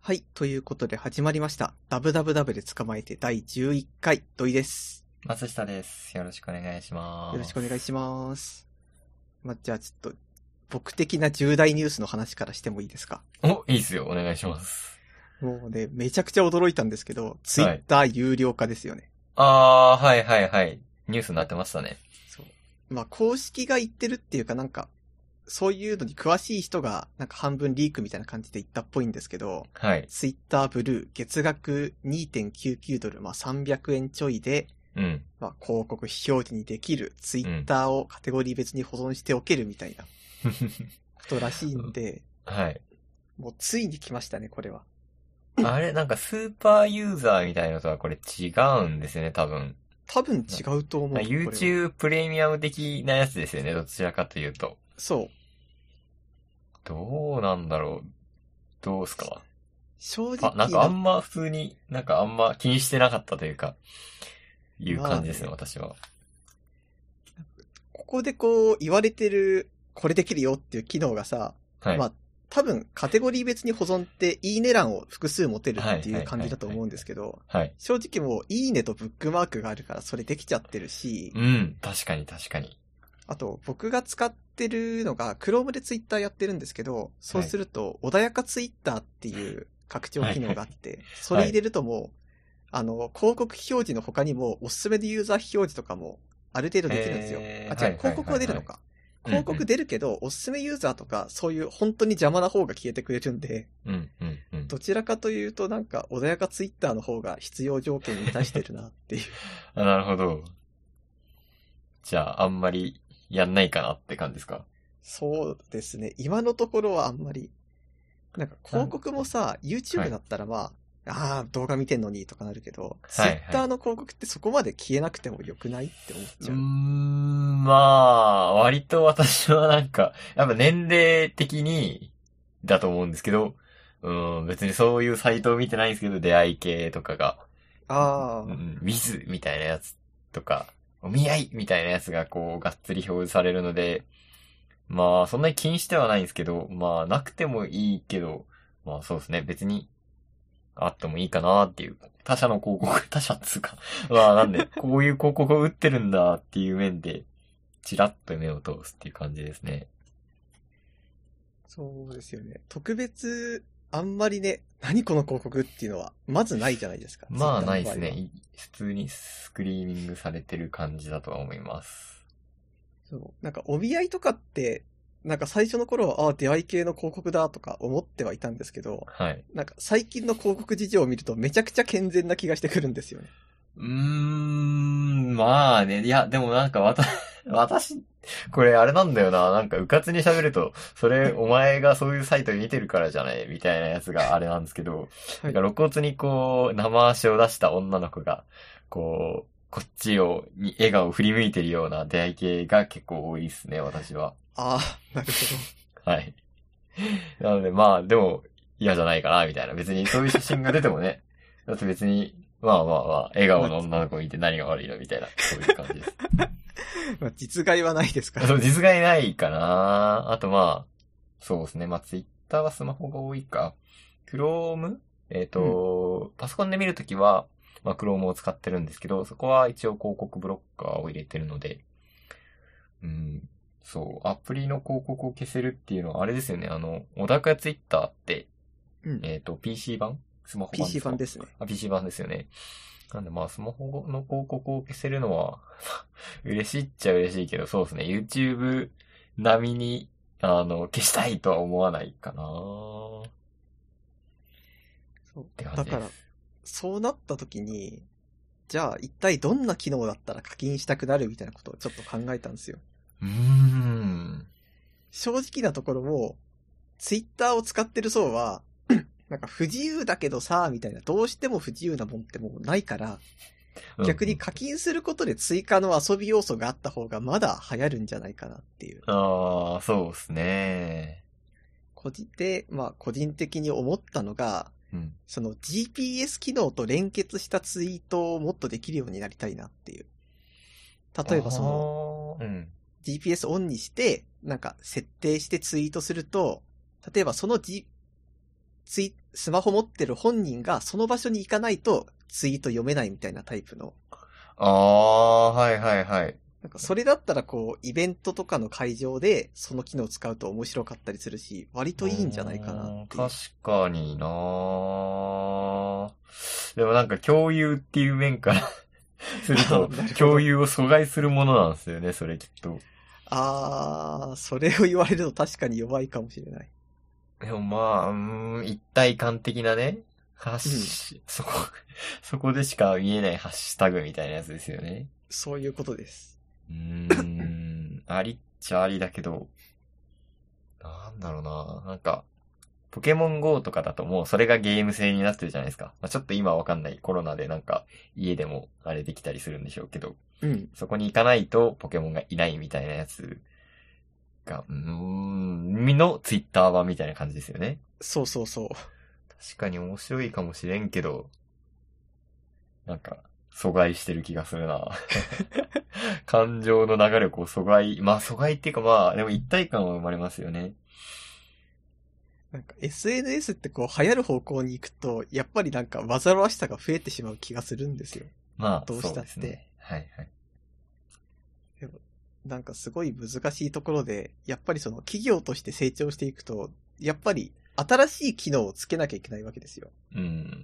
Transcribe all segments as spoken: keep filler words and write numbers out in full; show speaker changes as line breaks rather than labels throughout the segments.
はい。ということで始まりました。ダブダブダブで捕まえてだいじゅういっかい、土井です。
松下です。よろしくお願いします。
よろしくお願いします。ま、じゃあちょっと、僕的な重大ニュースの話からしてもいいですか？
お、いいっすよ。お願いします。
もうね、めちゃくちゃ驚いたんですけど、ツイッター有料化ですよね。
あー、はいはいはい。ニュースになってましたね。
そう。まあ、公式が言ってるっていうかなんか、そういうのに詳しい人が、なんか半分リークみたいな感じで言ったっぽいんですけど、
はい。
ツイッターブルー、月額 にてんきゅうきゅうドル、まあさんびゃくえんちょいで、
うん。
まあ、広告非表示にできる、ツイッターをカテゴリー別に保存しておけるみたいなことらしいんで、
はい。
もうついに来ましたね、これは。
あれ、なんかスーパーユーザーみたいなのとはこれ違うんですよね、多分。
多分違うと思う、これは。
YouTube プレミアム的なやつですよね、どちらかというと。
そう。
どうなんだろう。どうすか？
正直
あ、なんかあんま普通に、なんかあんま気にしてなかったというか、いう感じですね、
まあね、
私は。
ここでこう言われてる、これできるよっていう機能がさ、
はい。
まあ、多分カテゴリー別に保存っていいね欄を複数持てるっていう
はいはい
感じだと思うんですけど、
はい。
正直もういいねとブックマークがあるからそれできちゃってるし、
うん、確かに確かに。
あと僕が使ってるのが Chrome で Twitter やってるんですけど、そう
はい
すると穏やか Twitter っていう拡張機能があって、それ
はい。
入れるともう、あの、広告表示の他にもおすすめでユーザー表示とかもある程度できるんですよ。
えー、
あ、違う、
はいはいはいはい。
広告は出るのか。
うんうん
広告出るけど、おすすめユーザーとか、そういう本当に邪魔な方が消えてくれるんで、
うんうんうん。
どちらかというとなんか穏やか Twitter の方が必要条件満たしてるなっていう。
あ、なるほど。じゃあ、あんまりやんないかなって感じですか？
そうですね。今のところはあんまり。なんか広告もさ、
は
YouTube
い。
だったらまあ、ああ、動画見てんのにとかなるけど、
はいはい。
Twitter の広告ってそこまで消えなくてもよくないって思っ
うー
ちゃう。
ん、まあ、割と私はなんか、やっぱ年齢的に、だと思うんですけど、うん、別にそういうサイトを見てないんですけど、出会い系とかが、
ああ、
うん、ウィズみたいなやつとか、お見合いみたいなやつがこう、がっつり表示されるので、まあ、そんなに気にしてはないんですけど、まあ、なくてもいいけど、まあそうですね、別に、あってもいいかなっていう。他社の広告、他社っつうか、まあなんで、こういう広告を打ってるんだっていう面で、チラッと目を通すっていう感じですね。
そうですよね。特別、あんまりね、何この広告っていうのは、まずないじゃないですか。
まあ
Twitter の場合は。
ないですね。い普通にスクリーミングされてる感じだとは思います。
そう。なんか、お見合いとかって、なんか最初の頃は、ああ、出会い系の広告だとか思ってはいたんですけど、
はい。
なんか最近の広告事情を見るとめちゃくちゃ健全な気がしてくるんですよね。
うーん、まあね。いや、でもなんかわた、私、これあれなんだよな。なんか、うかつに喋ると、それ、お前がそういうサイト見てるからじゃないみたいなやつがあれなんですけど、
はい。
なんか露骨にこう、生足を出した女の子が、こう、こっちを、に笑顔を振り向いてるような出会い系が結構多いですね、私は。
ああ、なるほど。
はい。なので、まあ、でも、嫌じゃないかな、みたいな。別にそういう写真が出てもね。だって別に、まあまあまあ、笑
まあ、
顔の女の子を見て何が悪いのみたいな、そういう感じです。
まあ、実害はないですから
そう、
ね。
実害ないかな。あとまあ、そうですね。まあ、ツイッターはスマホが多いか。Chrome? えっ
うん。
と、パソコンで見るときは、まあ、Chrome を使ってるんですけど、そこは一応広告ブロッカーを入れてるので、うん、そう、アプリの広告を消せるっていうのは、あれですよね。あの、小高ツイッターって、
うん。
えっと、ピーシー 版スマホ版で
ピーシー
すか？
版ですね。
あ、ピーシー 版ですよね。なんでまあ、スマホの広告を消せるのは嬉しいっちゃ嬉しいけど、そうですね。YouTube 並みに、あの、消したいとは思わないかなっ
そう。
て感
だから、
じです。
そうなった時に、じゃあ一体どんな機能だったら課金したくなるみたいなことをちょっと考えたんですよ。
うーん。
正直なところも、ツイッターを使ってる層は、なんか不自由だけどさ、みたいな、どうしても不自由なもんってもうないから、
うんうん、
逆に課金することで追加の遊び要素があった方がまだ流行るんじゃないかなっていう。
ああ、そうですね。
個人で、まあ個人的に思ったのが、
うん。
その ジーピーエス 機能と連結したツイートをもっとできるようになりたいなっていう。
あ
例えばその
あ、うん。
ジーピーエス オンにして、なんか設定してツイートすると、例えばその、G、 ツイ、スマホ持ってる本人がその場所に行かないとツイート読めないみたいなタイプの。
ああ、はいはいはい。
なんかそれだったらこう、イベントとかの会場でその機能を使うと面白かったりするし、割といいんじゃないかなっていう。
確かになー。でもなんか共有っていう面からすると、共有を阻害するものなんですよね、それきっと。
あー、それを言われると確かに弱いかもしれない。
でもまあ、うーん、一体感的なね、ハッシュ、うん、そこ、そこでしか見えないハッシュタグみたいなやつですよね。
そういうことです。
うーん、ありっちゃありだけど、なんだろうな、なんか、ポケモン ゴー とかだともうそれがゲーム性になってるじゃないですか。まあ、ちょっと今わかんないコロナでなんか家でもあれできたりするんでしょうけど、
うん、
そこに行かないとポケモンがいないみたいなやつが、うーん、みのツイッター版みたいな感じですよね。
そうそうそう。
確かに面白いかもしれんけど、なんか、阻害してる気がするな。感情の流れをこう阻害、まあ阻害っていうかまあ、でも一体感は生まれますよね。
なんか エスエヌエス ってこう流行る方向に行くと、やっぱりなんか煩わしさが増えてしまう気がするんですよ。
まあ、
どうしたって。
そうですね。はいはい。
でもなんかすごい難しいところで、やっぱりその企業として成長していくと、やっぱり新しい機能をつけなきゃいけないわけですよ。
うん。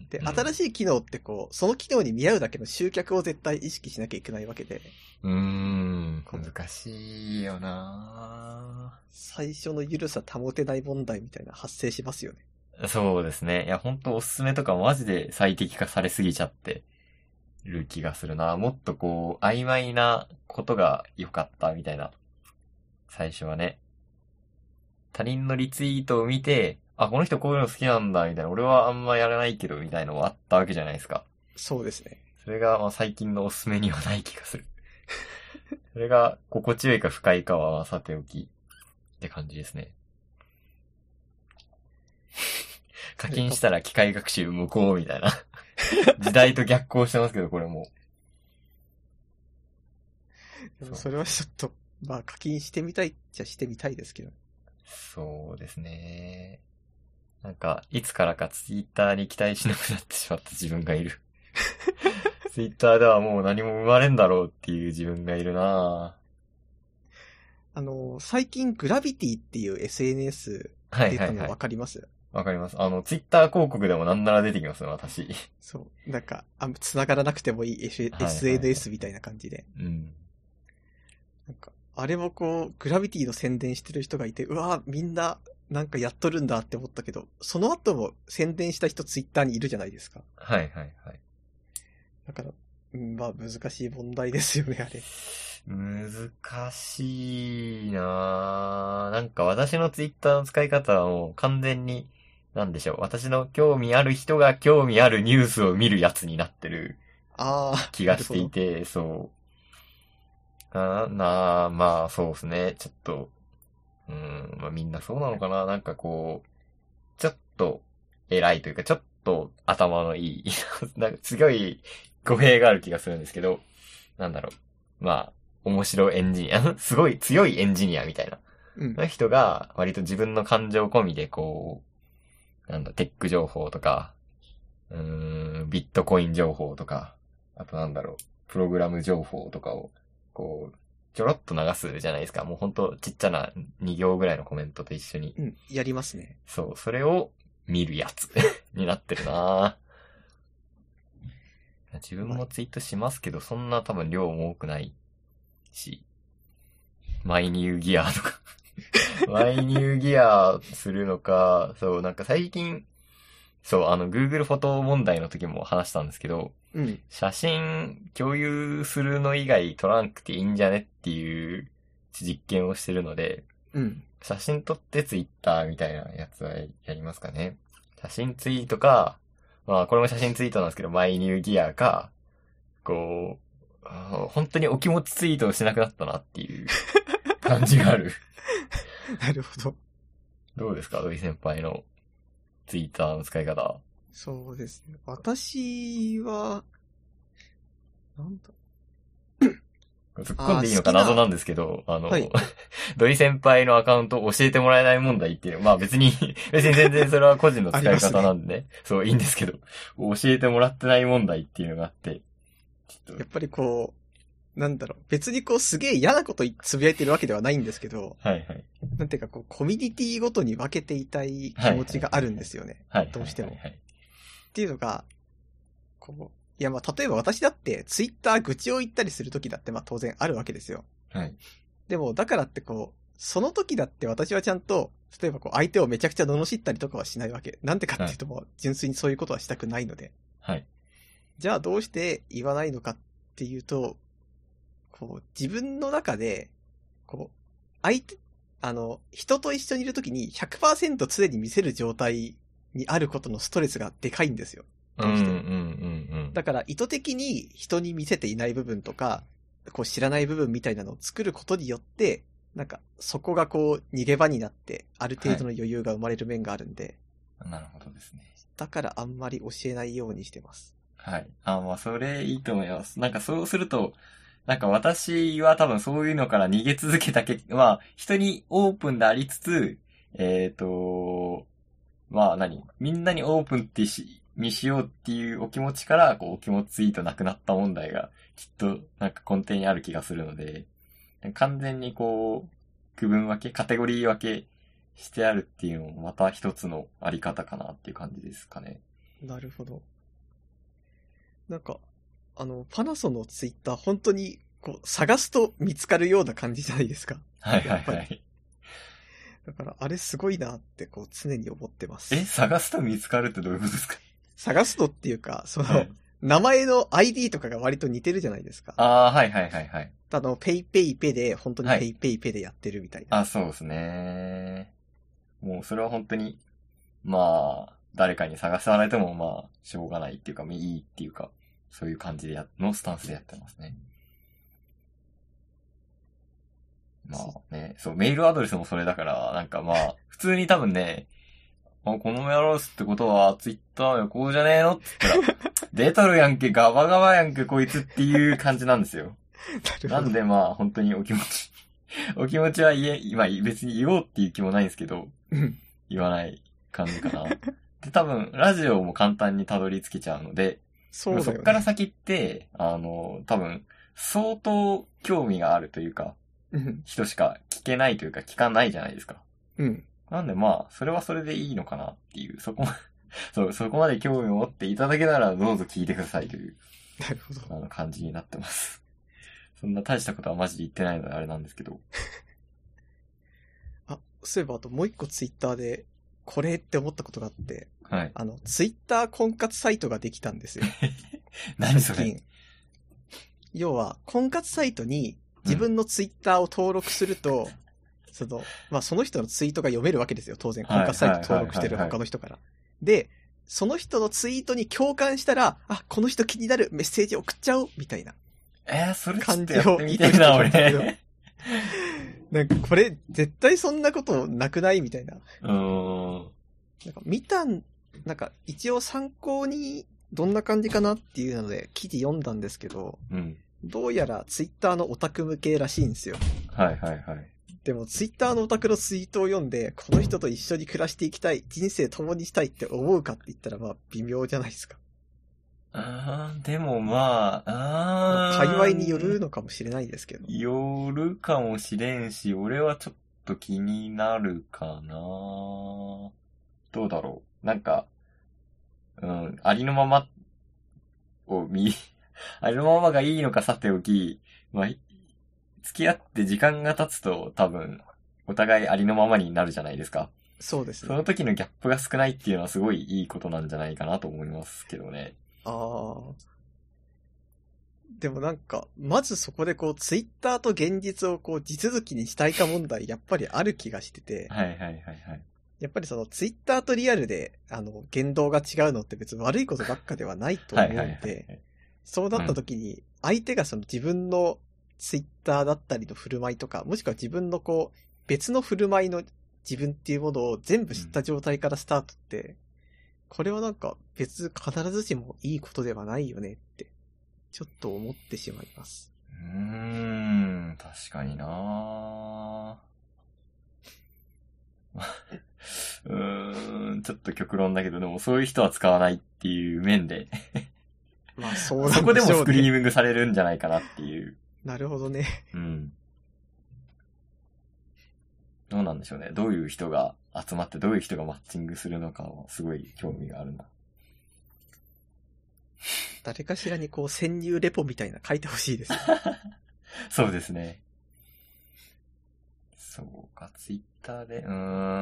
で、
うん、
新しい機能ってこう、その機能に見合うだけの集客を絶対意識しなきゃいけないわけで。
うーん、難しいよな
最初の緩さ保てない問題みたいな発生しますよね。
そうですね。いや、ほんとおすすめとかマジで最適化されすぎちゃってる気がするな。もっとこう、曖昧なことが良かったみたいな。最初はね。他人のリツイートを見て、あ、この人こういうの好きなんだ、みたいな。俺はあんまやらないけど、みたいなのもあったわけじゃないですか。
そうですね。
それが、まあ最近のおすすめにはない気がする。それが、心地よいか不快かはさておき、って感じですね。課金したら機械学習無効みたいな。時代と逆行してますけど、これも。
でもそれはちょっと、まあ課金してみたいっちゃしてみたいですけど。
そうですね。なんか、いつからかツイッターに期待しなくなってしまった自分がいる。ツイッターではもう何も生まれんだろうっていう自分がいるな
あの、最近グラビティっていう エスエヌエス 出たのわかります？はいはいはい
わかります。あの、ツイッター広告でもなんなら出てきますね、私。
そう。なんか、あ繋がらなくてもいい エスエヌエス みたいな感じで。
うん。
なんか、あれもこう、グラビティの宣伝してる人がいて、うわみんな、なんかやっとるんだって思ったけど、その後も宣伝した人ツイッターにいるじゃないですか。
はいはいはい。
だから、うん、まあ難しい問題ですよね、あれ。
難しいなぁ。なんか私のツイッターの使い方はもう完全に、なんでしょう。私の興味ある人が興味あるニュースを見るやつになってる気がしていて、そう。あなあ、まあそうですね。ちょっと、うん、まあみんなそうなのかな。なんかこう、ちょっと偉いというか、ちょっと頭のいい、なんかすごい語弊がある気がするんですけど、なんだろう。まあ、面白いエンジニア、すごい強いエンジニアみたいな、
うん、
の人が割と自分の感情込みでこう、なんだ、テック情報とか、うーん、ビットコイン情報とか、あとなんだろう、プログラム情報とかを、こう、ちょろっと流すじゃないですか。もうほんとちっちゃなに行ぐらいのコメントと一緒に。
うん、やりますね。
そう、それを見るやつになってるな自分もツイートしますけど、そんな多分量も多くないし、マイニューギアとかマイニューギアするのか、そう、なんか最近、そう、あの、Google フォト問題の時も話したんですけど、
うん。
写真共有するの以外撮らなくていいんじゃねっていう実験をしてるので、
うん。
写真撮って Twitter みたいなやつはやりますかね。写真ツイートか、まあこれも写真ツイートなんですけど、マイニューギアか、こう、本当にお気持ちツイートをしなくなったなっていう感じがある。
なるほど。
どうですか、土井先輩のツイッターの使い方。
そうですね。私は、なんだ。
突っ込んでいいのか謎なんですけど、あの、
はい、
土井先輩のアカウント教えてもらえない問題っていうのは、まあ別に、別に全然それは個人の使い方なんでね、そういいんですけど、教えてもらってない問題っていうのがあって、
ちょっとやっぱりこう、なんだろう、別にこうすげえ嫌なことつぶやいてるわけではないんですけど、
はいはい。
なんていうかこう、コミュニティごとに分けていたい気持ちがあるんですよね。
はい。
どうしても。
はいはいはい、
っていうのが、こう、いやまあ例えば私だってツイッター愚痴を言ったりするときだってまあ当然あるわけですよ。
はい。
でもだからってこう、その時だって私はちゃんと、例えばこう相手をめちゃくちゃ罵ったりとかはしないわけ。なんでかっていうともう純粋にそういうことはしたくないので。
はい。
じゃあどうして言わないのかっていうと、こう自分の中で、こう、相手、あの、人と一緒にいるときに ひゃくパーセント 常に見せる状態にあることのストレスがでかいんですよ。どうしても。
うんうんうんうん。
だから意図的に人に見せていない部分とか、こう知らない部分みたいなのを作ることによって、なんかそこがこう逃げ場になってある程度の余裕が生まれる面があるんで。
はい、なるほどですね。
だからあんまり教えないようにしてます。
はい。あ、まあそれいいと思います。なんかそうすると、なんか私は多分そういうのから逃げ続けたけ、まあ人にオープンでありつつ、えっと、まあ何みんなにオープンってし、にしようっていうお気持ちから、こう、お気持ちツイートなくなった問題が、きっと、なんか根底にある気がするので、完全にこう、区分分け、カテゴリー分けしてあるっていうのも、また一つのあり方かなっていう感じですかね。
なるほど。なんか、あの、パナソのツイッター、本当に、こう、探すと見つかるような感じじゃないですか。
はいはいはい。
だから、あれすごいなって、こう、常に思ってます。
え、探すと見つかるってどういうことですか？
探すとっていうか、その、
はい、
名前の アイディー とかが割と似てるじゃないですか。
ああ、はいはいはいはい。
あの、ペイペイペで、本当にペイペイペでやってるみたいな。
はい、あ、そうですね。もうそれは本当に、まあ、誰かに探されてもまあ、しょうがないっていうか、いいっていうか、そういう感じでや、のスタンスでやってますね。まあね、そう、メールアドレスもそれだから、なんかまあ、普通に多分ね、あ、このメアロスってことは、ツイッターよこうじゃねえのって言ったら、出とるやんけ、ガバガバやんけ、こいつっていう感じなんですよ。ななんでまあ、本当にお気持ち、お気持ちは言え、今別に言おうっていう気もないんですけど、言わない感じかな。で、多分、ラジオも簡単にたどり着けちゃうので、
そうだよね。
そっから先って、あの、多分、相当興味があるというか、人しか聞けないというか聞かないじゃないですか。
うん。
なんでまあ、それはそれでいいのかなっていう、そこま、そう、そこまで興味を持っていただけたらどうぞ聞いてくださいという、
なるほど。
あの感じになってます。そんな大したことはマジで言ってないのであれなんですけど。
あ、そういえばあともう一個ツイッターで、これって思ったことがあって、
はい。
あの、ツイッター婚活サイトができたんですよ。
何それ？
要は、婚活サイトに自分のツイッターを登録すると、うん、その、まあ、その人のツイートが読めるわけですよ。当然、婚活サイト登録してる他の人から。で、その人のツイートに共感したら、あ、この人気になる、メッセージ送っちゃおう、みたいな。
えー、それちょっとやってみたいな、俺。
なんか、これ、絶対そんなことなくないみたいな。
うーん。
なんか、見たん、なんか、一応参考に、どんな感じかなっていうので、記事読んだんですけど、
うん。
どうやらツイッターのオタク向けらしいんですよ。
はいはいはい。
でもツイッターのオタクのツイートを読んで、この人と一緒に暮らしていきたい、人生共にしたいって思うかって言ったらまあ微妙じゃないですか。
あー、でもまあ、あ
ー。界隈によるのかもしれないですけど。
よるかもしれんし、俺はちょっと気になるかな。どうだろう。なんか、うん、ありのままを見、ありのままがいいのかさておき、まあ、付き合って時間が経つと多分、お互いありのままになるじゃないですか。
そうですね。
その時のギャップが少ないっていうのはすごいいいことなんじゃないかなと思いますけどね。
ああ。でもなんか、まずそこでこう、ツイッターと現実をこう、地続きにしたいか問題、やっぱりある気がしてて。
はいはいはいはい。
やっぱりそのツイッターとリアルで、あの、言動が違うのって別に悪いことばっかではないと思うので、はいはいはいはい、そうなった時に、相手がその自分のツイッターだったりの振る舞いとか、もしくは自分のこう、別の振る舞いの自分っていうものを全部知った状態からスタートって、うん、これはなんか別必ずしもいいことではないよねって、ちょっと思ってしまいます。
うーん、確かになうーん、ちょっと極論だけど、でもそういう人は使わないっていう面で。
まあそうなんでしょうね。
そこでもスクリーミングされるんじゃないかなっていう。
なるほどね。
うん。どうなんでしょうね。どういう人が集まってどういう人がマッチングするのかはすごい興味があるな。
誰かしらにこう潜入レポみたいな書いてほしいですよ。
そうですね。そうか、ツイッターで、うー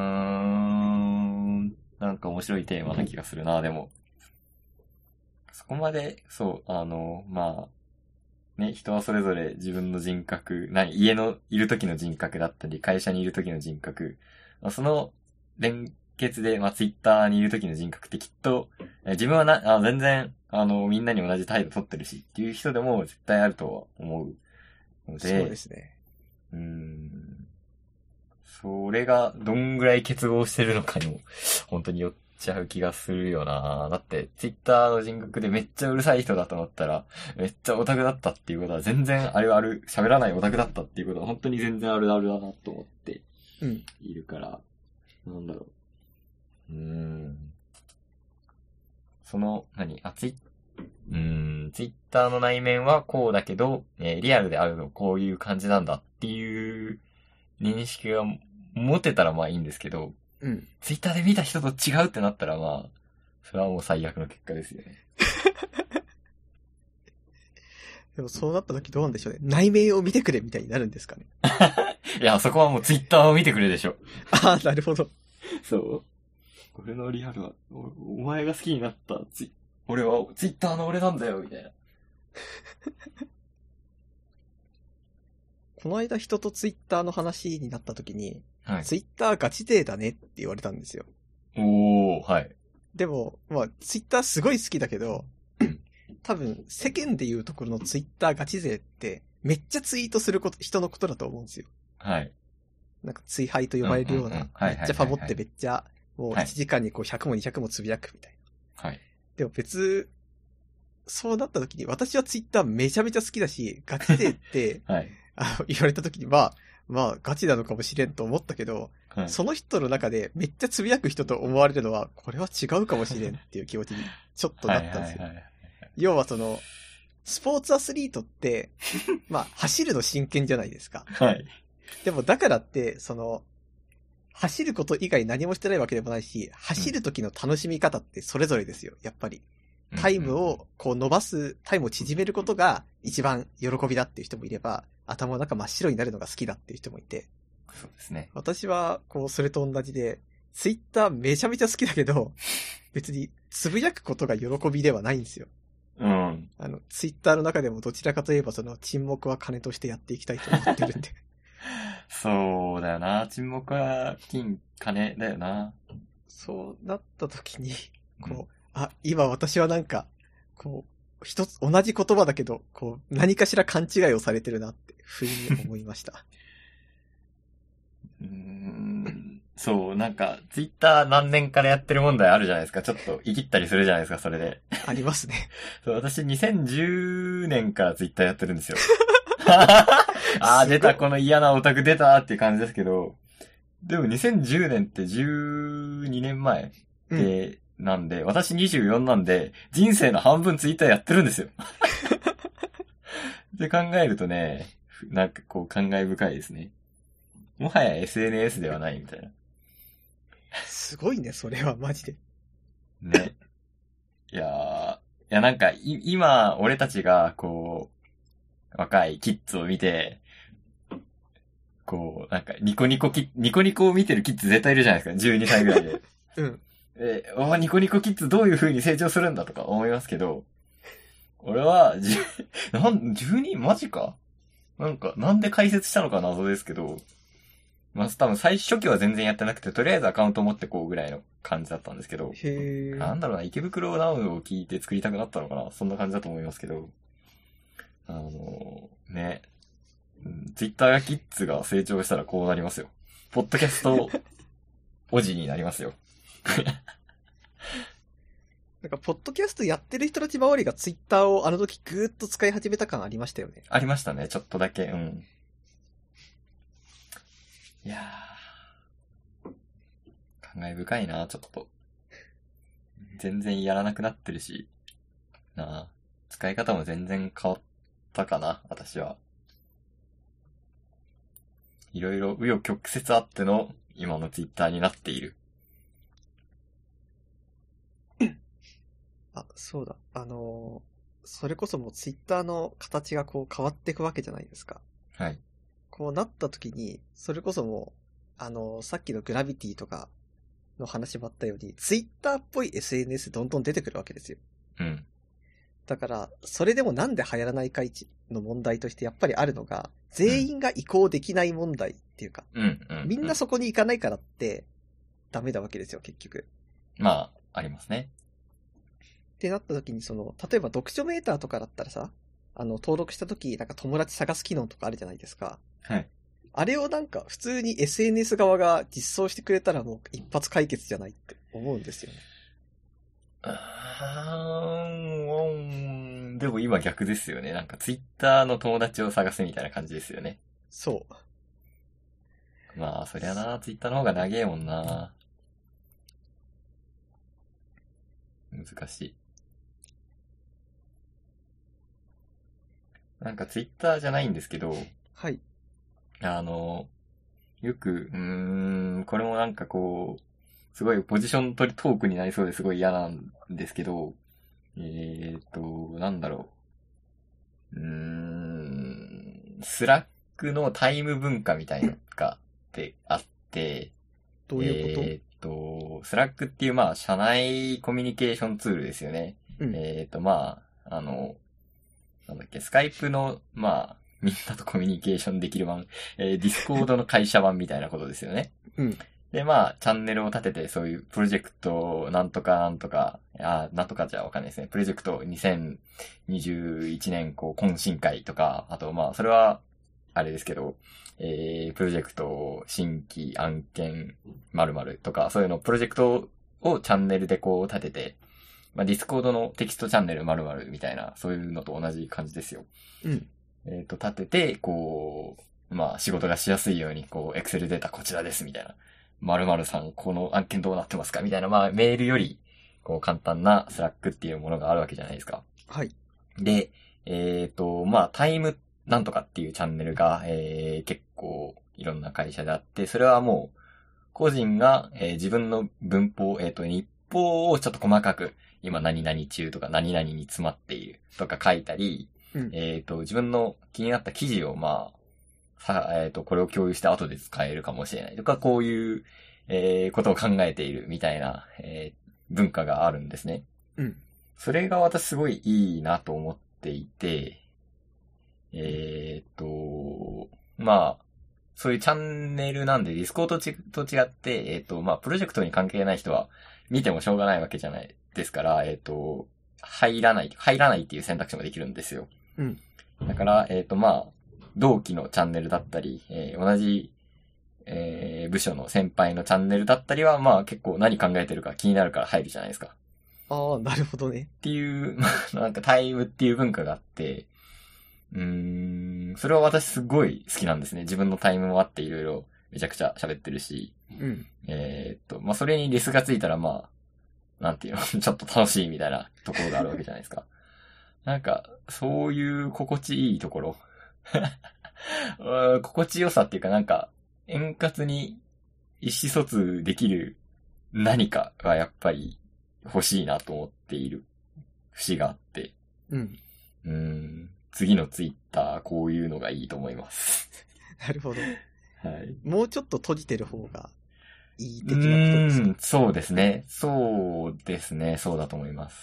ん、なんか面白いテーマな気がするな、でも。そこまで、そう、あの、まあ、ね、人はそれぞれ自分の人格、何、家のいる時の人格だったり、会社にいる時の人格、その連結で、まあ、ツイッターにいる時の人格ってきっと、自分はな、あ全然、あの、みんなに同じ態度取ってるしっていう人でも絶対あるとは思うので。
そうですね。
うーん。それがどんぐらい結合してるのかにも、本当によっちゃう気がするよな。だって、ツイッターの人格でめっちゃうるさい人だと思ったら、めっちゃオタクだったっていうことは全然あるある、喋らないオタクだったっていうことは本当に全然あるあるだなと思っているから、うん、なんだろう。うーん。その、何あ、ツイうーん、ツイッターの内面はこうだけど、えーリアルであるのこういう感じなんだっていう認識が持てたらまあいいんですけど、
うん。
ツイッターで見た人と違うってなったらまあ、それはもう最悪の結果ですよね。
でもそうなった時どうなんでしょうね。内面を見てくれみたいになるんですかね。
いや、そこはもうツイッターを見てくれでしょ。
ああ、なるほど。
そう。俺のリアルは、お、お前が好きになったツイ、俺はツイッターの俺なんだよ、みたいな。
この間人とツイッターの話になった時に、
はい。
ツイッターガチ勢だねって言われたんですよ。
おー、はい。
でも、まあ、ツイッターすごい好きだけど、多分、世間で言うところのツイッターガチ勢って、めっちゃツイートすること、人のことだと思うんですよ。
はい。
なんか、ツイハイと呼ばれるような、めっちゃファボってめっちゃ、もういちじかんにこうひゃくもにひゃくもつぶやくみたい
な。はい。
でも別、そうなった時に、私はツイッターめちゃめちゃ好きだし、ガチ勢って、
はい。
あの、言われた時に、まあ、まあ、ガチなのかもしれんと思ったけど、
はい、
その人の中でめっちゃつぶやく人と思われるのは、これは違うかもしれんっていう気持ちにちょっとなったんですよ。はいはいはいはい、要はその、スポーツアスリートって、まあ、走るの真剣じゃないですか。
はい。
でもだからって、その、走ること以外何もしてないわけでもないし、走る時の楽しみ方ってそれぞれですよ、やっぱり。タイムをこう伸ばす、タイムを縮めることが一番喜びだっていう人もいれば、頭の中真っ白になるのが好きだっていう人もいて。
そうですね。
私は、こう、それと同じで、ツイッターめちゃめちゃ好きだけど、別につぶやくことが喜びではないんですよ。
うん。
あの、ツイッターの中でもどちらかといえばその沈黙は金としてやっていきたいと思ってるんで。
そうだよな。沈黙は金、金だよな。
そうなった時に、こう、うん、あ、今私はなんか、こう、一つ、同じ言葉だけど、こう、何かしら勘違いをされてるなって、不意に思いました。
うーんそう、なんか、ツイッター何年からやってる問題あるじゃないですか。ちょっと、いきったりするじゃないですか、それで。
ありますね。
そう、私にせんじゅうねんからツイッターやってるんですよ。あー、出た、この嫌なオタク出たっていう感じですけど、でもにせんじゅうねんってじゅうにねんまえで、うん、なんで、私にじゅうよんなんで、人生の半分ツイッターやってるんですよ。って考えるとね、なんかこう感慨深いですね。もはや エスエヌエス ではないみたいな。
すごいね、それはマジで。
ね。いやー、いやなんか、い、今、俺たちが、こう、若いキッズを見て、こう、なんか、ニコニコキッ、ニコニコを見てるキッズ絶対いるじゃないですか。じゅうにさいぐらいで。
うん。
え、おニコニコキッズどういう風に成長するんだとか思いますけど、俺は、じゅう、なん、じゅうに? マジかなんか、なんで解説したのか謎ですけど、まあ、多分最初期は全然やってなくて、とりあえずアカウント持ってこうぐらいの感じだったんですけど、
へー。
なんだろうな、池袋ナウを聞いて作りたくなったのかな、そんな感じだと思いますけど、あのー、ね、ツイッターがキッズが成長したらこうなりますよ。ポッドキャスト、おじになりますよ。
なんか、ポッドキャストやってる人たち周りがツイッターをあの時ぐーっと使い始めた感ありましたよね。
ありましたね、ちょっとだけ、うん。いやー、感慨深いな、ちょっと。全然やらなくなってるし、なあ、使い方も全然変わったかな、私は。いろいろ紆余曲折あっての今のツイッターになっている。
あ、そうだ。あのー、それこそもうツイッターの形がこう変わっていくわけじゃないですか。
はい。
こうなった時に、それこそもう、あのー、さっきのグラビティとかの話もあったように、ツイッターっぽい エスエヌエス どんどん出てくるわけですよ。
うん。
だから、それでもなんで流行らないかいちの問題としてやっぱりあるのが、全員が移行できない問題っていうか、
うん、うん。
みんなそこに行かないからって、ダメなわけですよ、結局。
まあ、ありますね。
ってなった時に、その、例えば読書メーターとかだったらさ、あの、登録した時、なんか友達探す機能とかあるじゃないですか。
はい。
あれをなんか普通に エスエヌエス 側が実装してくれたらもう一発解決じゃないって思うんですよね。
あーん、でも今逆ですよね。なんかツイッターの友達を探すみたいな感じですよね。
そう。
まあ、そりゃな、ツイッターの方が長えもんな。難しい。なんかツイッターじゃないんですけど、
はい。
あの、よく、うーん、これもなんかこう、すごいポジション取りトークになりそうですごい嫌なんですけど、えーっと、なんだろう。うーん、スラックのタイム文化みたいなのがってあって、
どういうこと？
えーっと、スラックっていうまあ、社内コミュニケーションツールですよね。
うん。
えーっと、まあ、あの、なんだっけ、スカイプの、まあ、みんなとコミュニケーションできる版、えー、ディスコードの会社版みたいなことですよね。
うん。
で、まあ、チャンネルを立てて、そういうプロジェクト、なんとかなんとか、あ、なんとかじゃわかんないですね。プロジェクトにせんにじゅういちねん、こう、懇親会とか、あと、まあ、それは、あれですけど、えー、プロジェクト、新規案件、〇〇とか、そういうの、プロジェクトをチャンネルでこう立てて、まあ、ディスコードのテキストチャンネル〇〇みたいな、そういうのと同じ感じですよ。
うん。
えっと、立てて、こう、まあ、仕事がしやすいように、こう、エクセルデータこちらです、みたいな。〇〇さん、この案件どうなってますかみたいな、まあ、メールより、こう、簡単なスラックっていうものがあるわけじゃないですか。
はい。
で、えっと、まあ、タイムなんとかっていうチャンネルが、えー、結構、いろんな会社であって、それはもう、個人が、えー自分の文法、えっと、日報をちょっと細かく、今何々中とか何々に詰まっているとか書いたり、
うん。
えっと、自分の気になった記事をまあ、さ、えっと、これを共有して後で使えるかもしれないとか、こういう、えー、ことを考えているみたいな、えー文化があるんですね。
うん。
それが私すごいいいなと思っていて、えーっと、まあ、そういうチャンネルなんで、ディスコードちと違って、えーっと、まあ、プロジェクトに関係ない人は見てもしょうがないわけじゃないですから、えーっと、入らない、入らないっていう選択肢もできるんですよ。
うん。
だから、えーっと、まあ、同期のチャンネルだったり、えー同じ、えー部署の先輩のチャンネルだったりは、まあ結構何考えてるか気になるから入るじゃないですか。
ああ、なるほどね。
っていう、まあ、なんかタイムっていう文化があって、うーん、それは私すごい好きなんですね。自分のタイムもあっていろいろめちゃくちゃ喋ってるし。
うん。
えーっと、まあ、それにレスがついたらまあ、なんていうの、ちょっと楽しいみたいなところがあるわけじゃないですか。なんか、そういう心地いいところ。うん心地よさっていうかなんか、円滑に意思疎通できる何かがやっぱり欲しいなと思っている節があって。
うん。
うーん、次のツイッターこういうのがいいと思います。
なるほど。
はい。
もうちょっと閉じてる方がいい
う
的なことですか？
ーん、そうですね。そうですね。そうだと思います。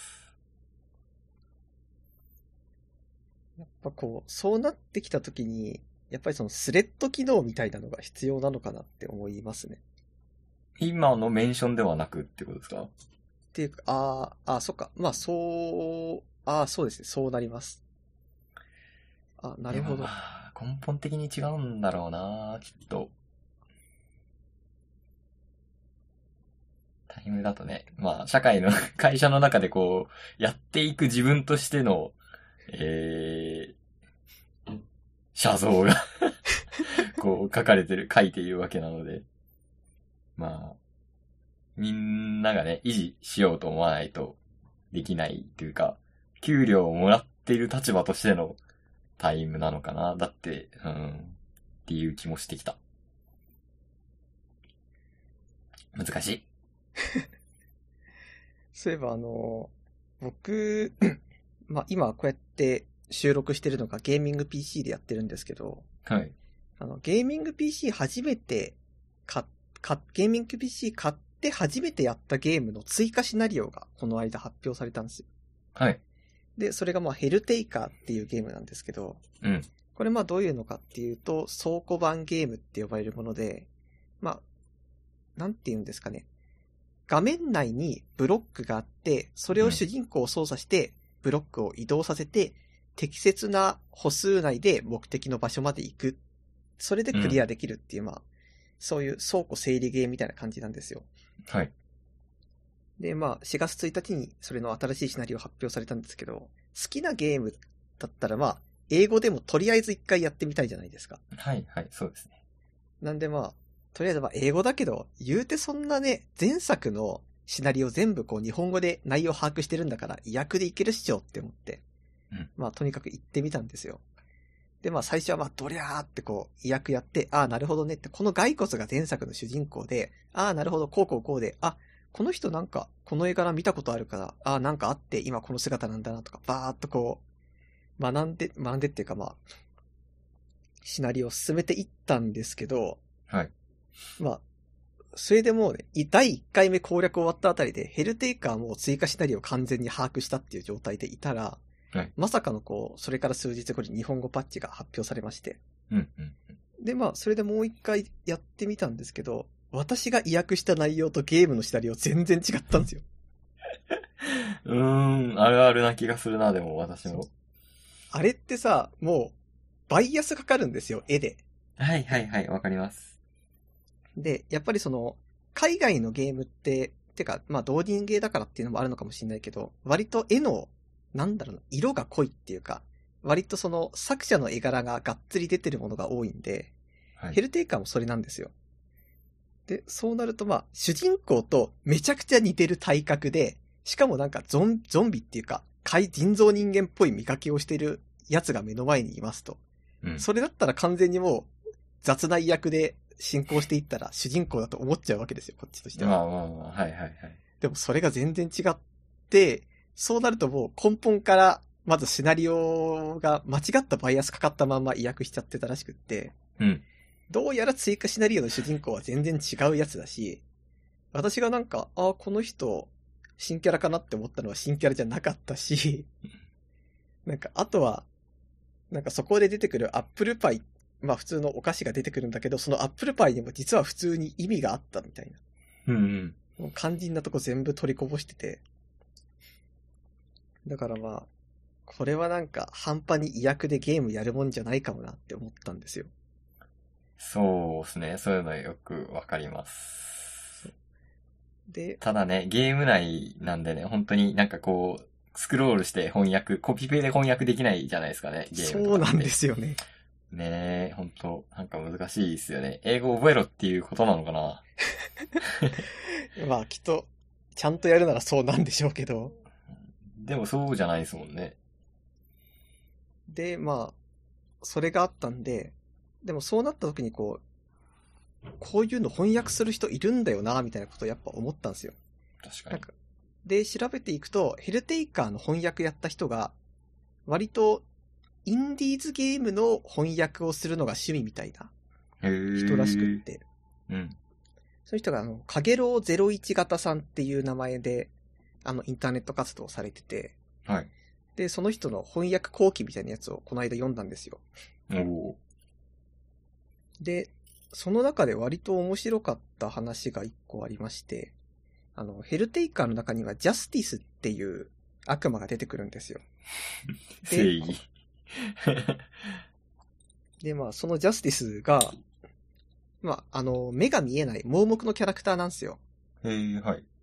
やっぱこう、そうなってきたときに、やっぱりそのスレッド機能みたいなのが必要なのかなって思いますね。
今のメンションではなくってことですか？
っていうか、ああ、ああ、そっか。まあ、そう、ああ、そうですね。そうなります。あ、な
でも
るほど。
まあ、根本的に違うんだろうな、きっと。 タイムだとね、まあ、社会の、会社の中でこう、やっていく自分としての、えー、写像が、こう、書かれてる、書いているわけなので、まあ、みんながね、維持しようと思わないとできないというか、給料をもらっている立場としてのタイムなのかな。だって、うん、っていう気もしてきた。難しい。
そういえばあの、僕、まあ今こうやって収録してるのがゲーミング ピーシー でやってるんですけど、
はい。
あの、ゲーミング ピーシー 初めて買っ、買ゲーミング ピーシー 買って初めてやったゲームの追加シナリオがこの間発表されたんですよ。
はい。
で、それがまあヘルテイカーっていうゲームなんですけど、
うん。
これまあどういうのかっていうと、倉庫版ゲームって呼ばれるもので、まあ、なんて言うんですかね。画面内にブロックがあって、それを主人公を操作して、ブロックを移動させて、適切な歩数内で目的の場所まで行く。それでクリアできるっていう、うん、まあ、そういう倉庫整理ゲームみたいな感じなんですよ。
はい。
で、まあ、しがつついたちにそれの新しいシナリオ発表されたんですけど、好きなゲームだったらまあ、英語でもとりあえず一回やってみたいじゃないですか。
はいはい、そうですね。
なんでまあ、とりあえずまあ英語だけど、言うてそんなね、前作のシナリオ全部こう日本語で内容把握してるんだから、意訳でいけるっしょって思って、うん、まあとにかく行ってみたんですよ。でまあ最初はまあドリャーってこう意訳やって、ああなるほどねって、この骸骨が前作の主人公で、ああなるほどこうこうこうで、あ、この人なんかこの絵柄見たことあるから、ああなんかあって今この姿なんだなとか、バーっとこう、学んで、学んでっていうかまあ、シナリオを進めていったんですけど、
はい。
まあ、それでもうね、だいいっかいめ攻略終わったあたりで、ヘルテイカーも追加シナリオを完全に把握したっていう状態でいたら、
はい、
まさかのこう、それから数日後に日本語パッチが発表されまして。
うんうんうん、
で、まあ、それでもう一回やってみたんですけど、私が意訳した内容とゲームのシナリオ全然違ったんですよ。
うーん、あるあるな気がするな、でも私も。
あれってさ、もう、バイアスかかるんですよ、絵で。
はいはいはい、わかります。
で、やっぱりその、海外のゲームって、てか、まあ、同人ゲーだからっていうのもあるのかもしれないけど、割と絵の、なんだろうな、色が濃いっていうか、割とその、作者の絵柄ががっつり出てるものが多いんで、はい、ヘルテイカーもそれなんですよ。で、そうなるとまあ、主人公とめちゃくちゃ似てる体格で、しかもなんかゾン、ゾンビっていうか、人造人間っぽい見かけをしてるやつが目の前にいますと。うん、それだったら完全にもう、雑な役で、進行していったら主人公だと思っちゃうわけですよ、こっちとしては。
まあまあまあ、はいはいはい。
でもそれが全然違って、そうなるともう根本から、まずシナリオが間違ったバイアスかかったまんま意訳しちゃってたらしくって、
うん。
どうやら追加シナリオの主人公は全然違うやつだし、私がなんか、ああ、この人、新キャラかなって思ったのは新キャラじゃなかったし、なんか、あとは、なんかそこで出てくるアップルパイ、まあ普通のお菓子が出てくるんだけど、そのアップルパイにも実は普通に意味があったみたい
な。うんうん。
もう肝心なとこ全部取りこぼしてて。だからまあ、これはなんか半端に意訳でゲームやるもんじゃないかもなって思ったんですよ。
そうですね。そういうのよくわかります。
で、
ただね、ゲーム内なんでね、本当になんかこう、スクロールして翻訳、コピペで翻訳できないじゃないですかね、ゲームとかって。
そうなんですよね。
ねえ、ほんと、なんか難しいですよね。英語覚えろっていうことなのかな
まあ、きっと、ちゃんとやるならそうなんでしょうけど。
でもそうじゃないですもんね。
で、まあ、それがあったんで、でもそうなった時にこう、こういうの翻訳する人いるんだよな、みたいなことをやっぱ思ったんですよ。
確かに。
なんかで、調べていくと、ヘルテイカーの翻訳やった人が、割と、インディーズゲームの翻訳をするのが趣味みたいな人らしくって。
うん。
その人が、あの、かげろうゼロいち型さんっていう名前で、あの、インターネット活動をされてて。
はい。
で、その人の翻訳後期みたいなやつをこの間読んだんですよ。
おー。
で、その中で割と面白かった話が一個ありまして、あの、ヘルテイカーの中にはジャスティスっていう悪魔が出てくるんですよ。
正義。
で、まあ、そのジャスティスが、まあ、あの、目が見えない盲目のキャラクターなんですよ。
へえ、はい。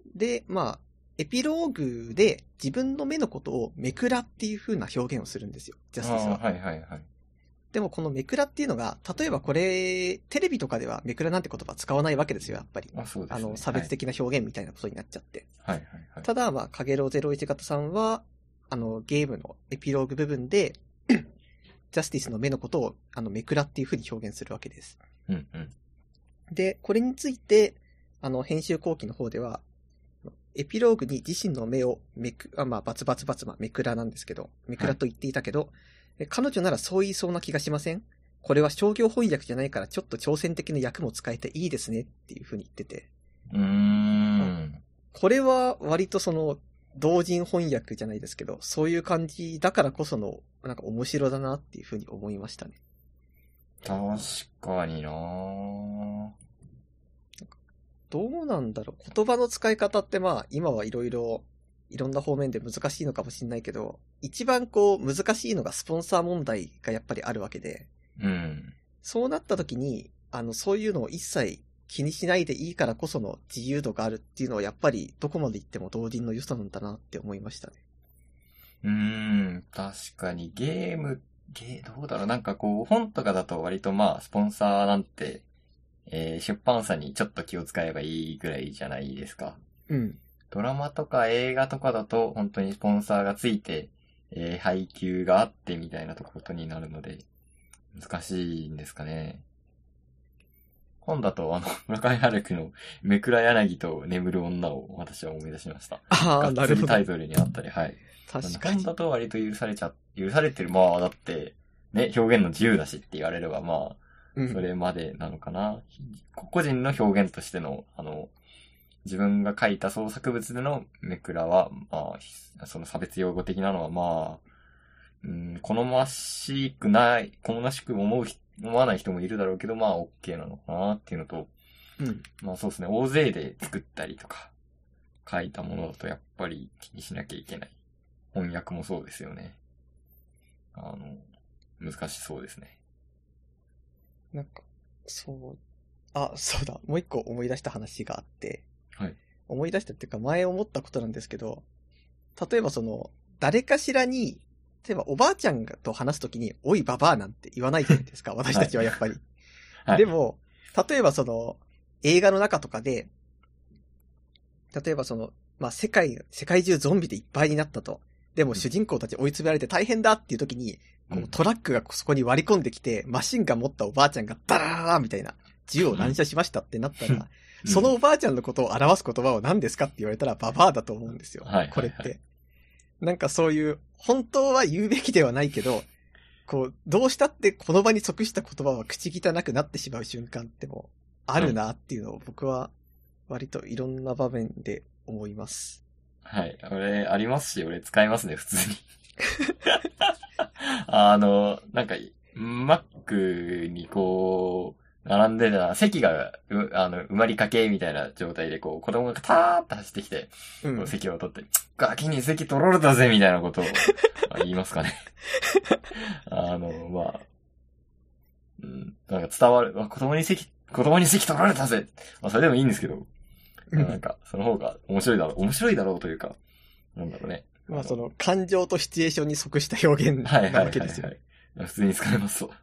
で、まあ、エピローグで自分の目のことをめくらっていう風な表現をするんですよ、ジャスティスは。
はいはいはい。
でもこのめくらっていうのが、例えばこれ、テレビとかではめくらなんて言葉使わないわけですよ、やっぱり。
あ、そうですね。
あの、差別的な表現みたいなことになっちゃって。
はいはいはい。
ただ、まあ、かげろうゼロいち型さんは、あの、ゲームのエピローグ部分で、ジャスティスの目のことを、あの、めくらっていう風に表現するわけです。
うんうん。
で、これについて、あの、編集後期の方では、エピローグに自身の目をめく、あまあ、バツバツバツ、まあ、めくらなんですけど、めくらと言っていたけど、はい、彼女ならそう言いそうな気がしません？これは商業翻訳じゃないからちょっと挑戦的な役も使えていいですねっていう風に言ってて。
うーん。
これは割とその、同人翻訳じゃないですけど、そういう感じだからこその、なんか面白だなっていう風に思いましたね。
確かになぁ。
どうなんだろう。言葉の使い方ってまあ、今はいろいろ、いろんな方面で難しいのかもしれないけど、一番こう、難しいのがスポンサー問題がやっぱりあるわけで、
うん。
そうなった時に、あの、そういうのを一切気にしないでいいからこその自由度があるっていうのはやっぱりどこまで行っても同人の良さなんだなって思いましたね。
うーん、確かにゲーム、ゲー、どうだろう、なんかこう、本とかだと割とまあ、スポンサーなんて、えー、出版社にちょっと気を使えばいいぐらいじゃないですか。
うん。
ドラマとか映画とかだと、本当にスポンサーがついて、えー、配給があってみたいなことになるので、難しいんですかね。本だと、あの、村上春樹のめくら柳と眠る女を私は思い出しました。
ああ、なるほど。
タイトルにあったり、はい。
確かに。
本だと割と許されちゃ、許されてる、まあ、だって、ね、表現の自由だしって言われれば、まあ、うん、それまでなのかな。個人の表現としての、あの、自分が書いた創作物でのめくらは、まあ、その差別用語的なのは、まあ、うん、好ましくない、好ましく思う、思わない人もいるだろうけど、まあ、OK なのかなっていうのと、
うん。
まあそうですね、大勢で作ったりとか、書いたものだとやっぱり気にしなきゃいけない。翻訳もそうですよね。あの、難しそうですね。
なんか、そう、あ、そうだ、もう一個思い出した話があって、
はい。
思い出したっていうか前思ったことなんですけど、例えばその、誰かしらに、例えばおばあちゃんと話すときに、おいババアなんて言わないじゃないですか、私たちはやっぱり。はい、でも、例えばその、映画の中とかで、例えばその、まあ、世界、世界中ゾンビでいっぱいになったと。でも主人公たち追い詰められて大変だっていう時に、こうトラックがそこに割り込んできて、マシンガン持ったおばあちゃんがダラーみたいな、銃を乱射しましたってなったら、そのおばあちゃんのことを表す言葉は何ですかって言われたらババアだと思うんですよ。はいはいはい、これって。なんかそういう、本当は言うべきではないけど、こう、どうしたってこの場に即した言葉は口汚くなってしまう瞬間ってもあるなっていうのを僕は割といろんな場面で思います。
はい。俺、ありますし、俺使いますね、普通に。あの、なんか、マックにこう、並んでた、席が、あの、埋まりかけみたいな状態で、こう、子供がターッと走ってきて、うん、席を取って、ガキに席取られたぜみたいなことを言いますかね。あの、まあ、うん、なんか伝わる、子供に席、子供に席取られたぜ。まあ、それでもいいんですけど、なんか、その方が面白いだろう、面白いだろうというか、なんだろうね。
まあその、感情とシチュエーションに即した表現なわけですよ。
はいはいはいはい、普通に使えますわ。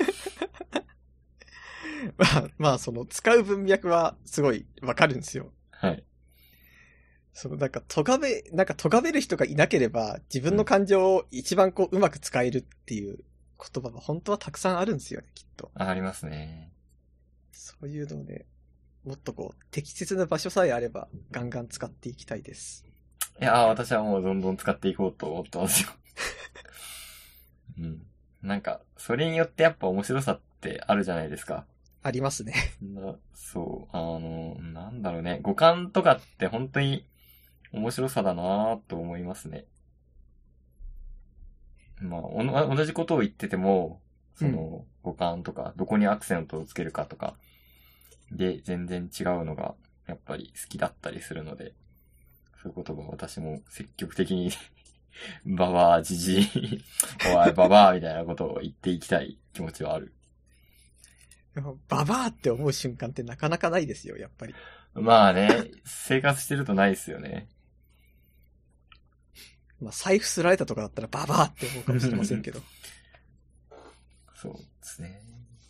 まあ、まあその、使う文脈はすごいわかるんですよ。
はい。
その、なんか、咎め、なんか、咎める人がいなければ、自分の感情を一番こう、うまく使えるっていう言葉は本当はたくさんあるんですよね、きっと。
ありますね。
そういうので、もっとこう、適切な場所さえあれば、ガンガン使っていきたいです。
いやー、私はもうどんどん使っていこうと思ってますよ。うん。なんか、それによってやっぱ面白さってあるじゃないですか。
ありますね。
なそう、あの、なんだろうね。五感とかって本当に面白さだなぁと思いますね。まあおの、同じことを言ってても、その、五感とか、どこにアクセントをつけるかとか、で、全然違うのが、やっぱり好きだったりするので、そういう言葉を私も積極的に、ババア、ジジイ、おい、ババアみたいなことを言っていきたい気持ちはある。
ババアって思う瞬間ってなかなかないですよ、やっぱり。
まあね、生活してるとないですよね。
まあ、財布すられたとかだったらババーって思うかもしれませんけど。
そうですね。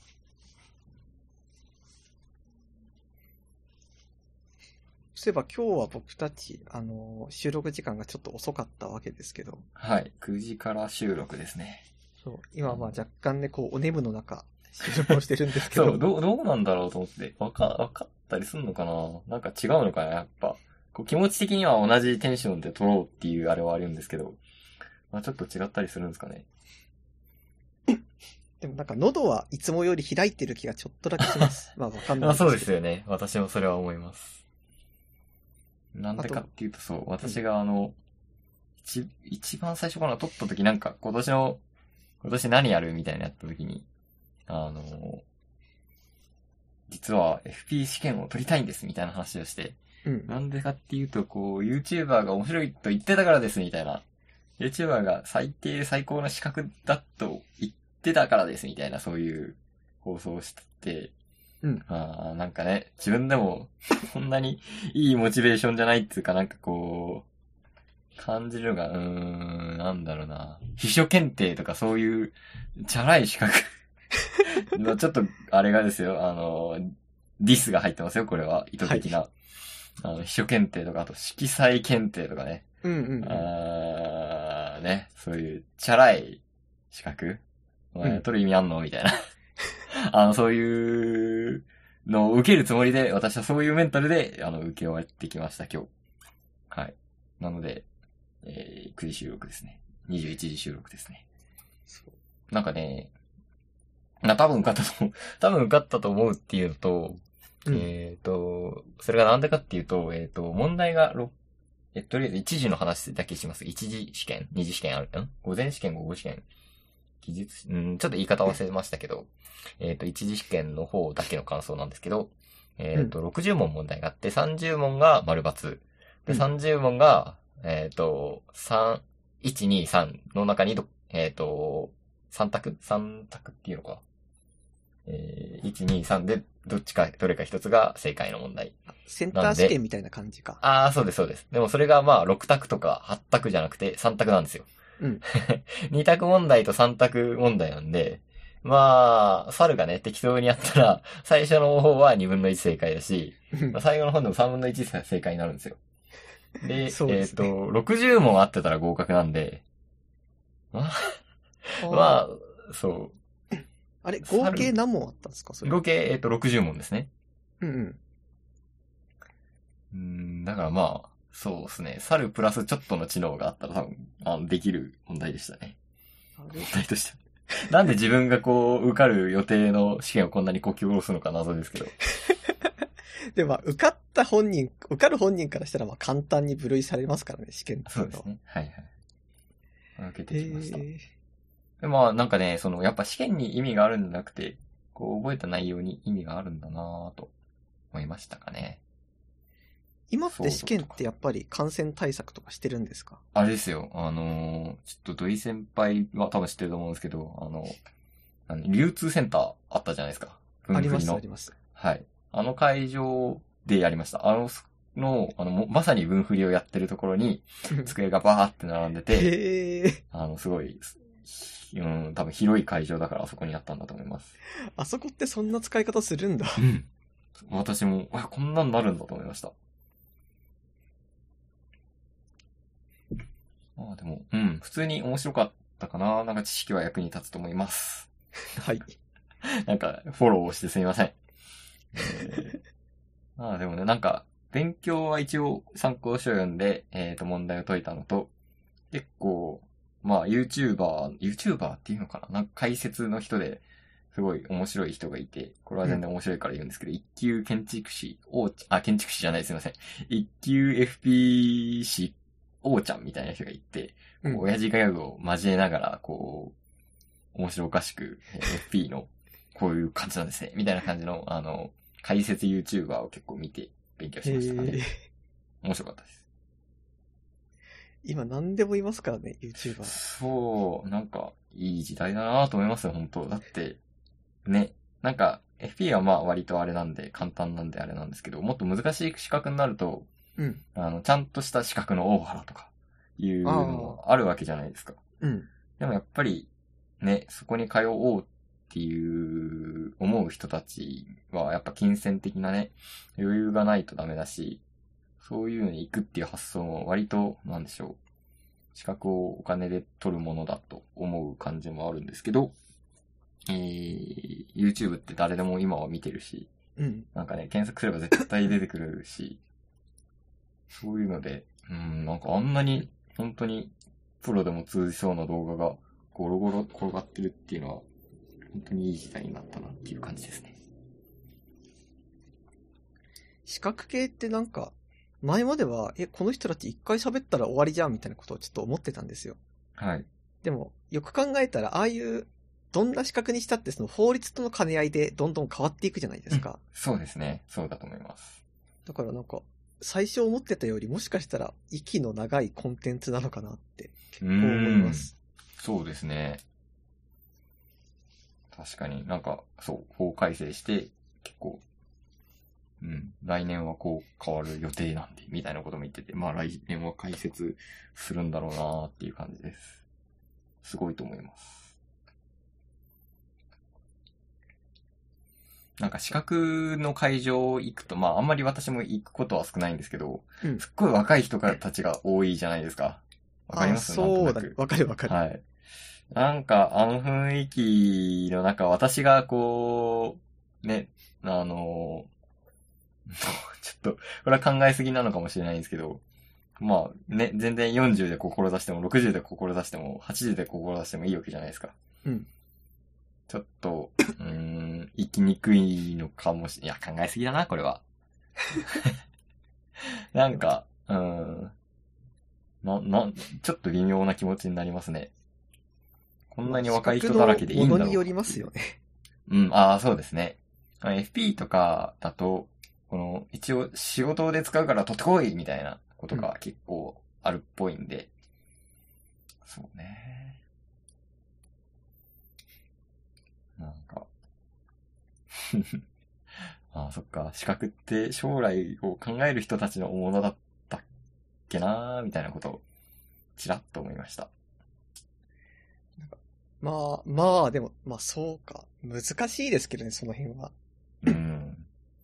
そういえば今日は僕たち、あのー、収録時間がちょっと遅かったわけですけど。
はい。くじから収録ですね。
そう。今はまあ若干ね、こう、お眠の中、収録をしてるんですけど。
そう、どう、どうなんだろうと思って。わか、わかったりすんのかな、なんか違うのかなやっぱ。こう気持ち的には同じテンションで撮ろうっていうあれはあるんですけど。まあちょっと違ったりするんですかね。
でもなんか喉はいつもより開いてる気がちょっとだけします。まあわかんない
あ、
ですけど。
そうですよね。私もそれは思います。なんでかっていうとそう、私があの、一、一番最初から撮った時なんか今年の、今年何やるみたいなやった時に、あの、実は エフピー 試験を取りたいんですみたいな話をして、
うん、
なんでかっていうと、こう、YouTuber が面白いと言ってたからですみたいな。YouTuber が最低最高の資格だと言ってたからですみたいな、そういう放送をしてて、
うん。
ああ、なんかね、自分でも、そんなにいいモチベーションじゃないっていうか、なんかこう、感じるのが、うーん、なんだろうな。秘書検定とかそういう、チャラい資格の、ちょっと、あれがですよ、あの、ディスが入ってますよ、これは。意図的な。はい、あの、秘書検定とか、あと、色彩検定とかね。
うんうん、うん。
あー、ね、そういう、チャラい資格お前、取る意味あんのみたいな。あの、そういうのを受けるつもりで、私はそういうメンタルで、あの、受け終わってきました、今日。はい。なので、えー、くじ収録ですね。にじゅういちじ収録ですね。そうなんかね、な、多分受かったと思う。多分受かったと思うっていうのと、うん、えっ、ー、と、それがなんでかっていうと、えっ、ー、と、問題がろく、え、とりあえず一次の話だけします。一次試験、二次試験あるん午前試験、午後試験。記述、うん、ちょっと言い方忘れましたけど、えっ、ー、と、一次試験の方だけの感想なんですけど、えっ、ー、と、ろくじゅう問問題があって、さんじゅう問が丸×。で、さんじゅう問が、えっ、ー、と、さん、いち、に、さんの中にど、えっ、と、さん択 ?さん 択っていうのか。えー、いち、に、さんで、どっちか、どれか一つが正解の問題。
センター試験みたいな感じか。
ああ、そうです、そうです。でもそれがまあ、ろく択とかはち択じゃなくてさん択なんですよ。
うん。
に択問題とさん択問題なんで、まあ、猿がね、適当にやったら、最初の方はにぶんのいち正解だし、まあ、最後の方でもさんぶんのいち正解になるんですよ。で、でね、えっ、ー、と、ろくじゅう問あってたら合格なんで、まあ、まあ、そう。
あれ、合計何問あったんですかそれ。
合計、えっ、ー、と、ろくじゅう問ですね。
うんうん。
うん、だからまあ、そうですね。猿プラスちょっとの知能があったら多分、あの、できる問題でしたね。問題として。なんで自分がこう、受かる予定の試験をこんなにこき下ろすのか謎ですけど。
でも、受かった本人、受かる本人からしたらまあ簡単に部類されますからね、試験っていうのは。
そうですね。はいはい。受けてきました。
えー、
でまあなんかね、その、やっぱ試験に意味があるんじゃなくて、こう、覚えた内容に意味があるんだなぁと思いましたかね。
今って試験ってやっぱり感染対策とかしてるんですか？
あれですよ。あのー、ちょっと土井先輩は多分知ってると思うんですけど、あの、流通センターあったじゃないですか。
ありますあります。
はい。あの会場でやりました。あの、の、あの、まさに分振りをやってるところに、机がバーって並んでて、
へー
あの、すごい、うん、多分広い会場だからあそこにあったんだと思います。
あそこってそんな使い方するんだ。
うん。私も、あ、こんなんなるんだと思いました。まあでも、うん、普通に面白かったかな。なんか知識は役に立つと思います。
はい。
なんか、フォローをしてすみません。えー、まあでもね、なんか、勉強は一応参考書を読んで、えっと、問題を解いたのと、結構、まあ、YouTuber、YouTuber っていうのかななんか解説の人で、すごい面白い人がいて、これは全然面白いから言うんですけど、うん、一級建築士、おあ、建築士じゃないすいません。一級 エフピー 士、おーちゃんみたいな人がいて、こう、親父ギャグを交えながら、こう、面白おかしく、エフピー の、こういう感じなんですね、みたいな感じの、あの、解説 YouTuber を結構見て勉強しましたかね。面白かったです。
今何でもいますからね、YouTuber。
そう、なんか、いい時代だなと思いますよ、本当だって、ね、なんか、 エフピー はまあ割とあれなんで、簡単なんであれなんですけど、もっと難しい資格になると、
うん。
あの、ちゃんとした資格の大原とか、いうのもあるわけじゃないですか。
うん。
でもやっぱり、ね、そこに通おうっていう思う人たちは、やっぱ金銭的なね、余裕がないとダメだし、そういうのに行くっていう発想も割と、なんでしょう。資格をお金で取るものだと思う感じもあるんですけど、えー、YouTube って誰でも今は見てるし、
うん。
なんかね、検索すれば絶対出てくるし、そういうので、うん、なんかあんなに、本当に、プロでも通じそうな動画が、ゴロゴロ転がってるっていうのは、本当にいい時代になったなっていう感じですね。
資格系ってなんか、前までは、え、この人たち一回喋ったら終わりじゃんみたいなことをちょっと思ってたんですよ。
はい。
でも、よく考えたら、ああいう、どんな資格にしたってその法律との兼ね合いでどんどん変わっていくじゃないですか。
うん、そうですね。そうだと思います。
だからなんか、最初思ってたよりもしかしたら息の長いコンテンツなのかなって結構思います。
そうですね。確かになんか、そう、法改正して、結構、うん、来年はこう変わる予定なんで、みたいなことも言ってて、まあ来年は解説するんだろうなっていう感じです。すごいと思います。なんか資格の会場行くと、まああんまり私も行くことは少ないんですけど、うん、すっごい若い人たちが多いじゃないですか。わかります？
そうだね。わかるわかる。
はい。なんかあの雰囲気の中、私がこう、ね、あの、ちょっと、これは考えすぎなのかもしれないんですけど、まあね、全然よんじゅうで志しても、ろくじゅうで志しても、はちじゅうで志してもいいわけじゃないですか。
うん。
ちょっと、うーん、生きにくいのかもしれ、いや、考えすぎだな、これは。なんか、うーん、な、な、ちょっと微妙な気持ちになりますね。こんなに若い人だらけでいいんだろうか。
ものによりますよね。
うん、ああ、そうですね。エフピー とかだと、この、一応仕事で使うから取ってこいみたいなことが結構あるっぽいんで。うん、そうね。なんか。ああ、そっか。資格って将来を考える人たちのものだったっけなーみたいなことを、ちらっと思いました。
まあ、まあ、でも、まあそうか。難しいですけどね、その辺は。
うん。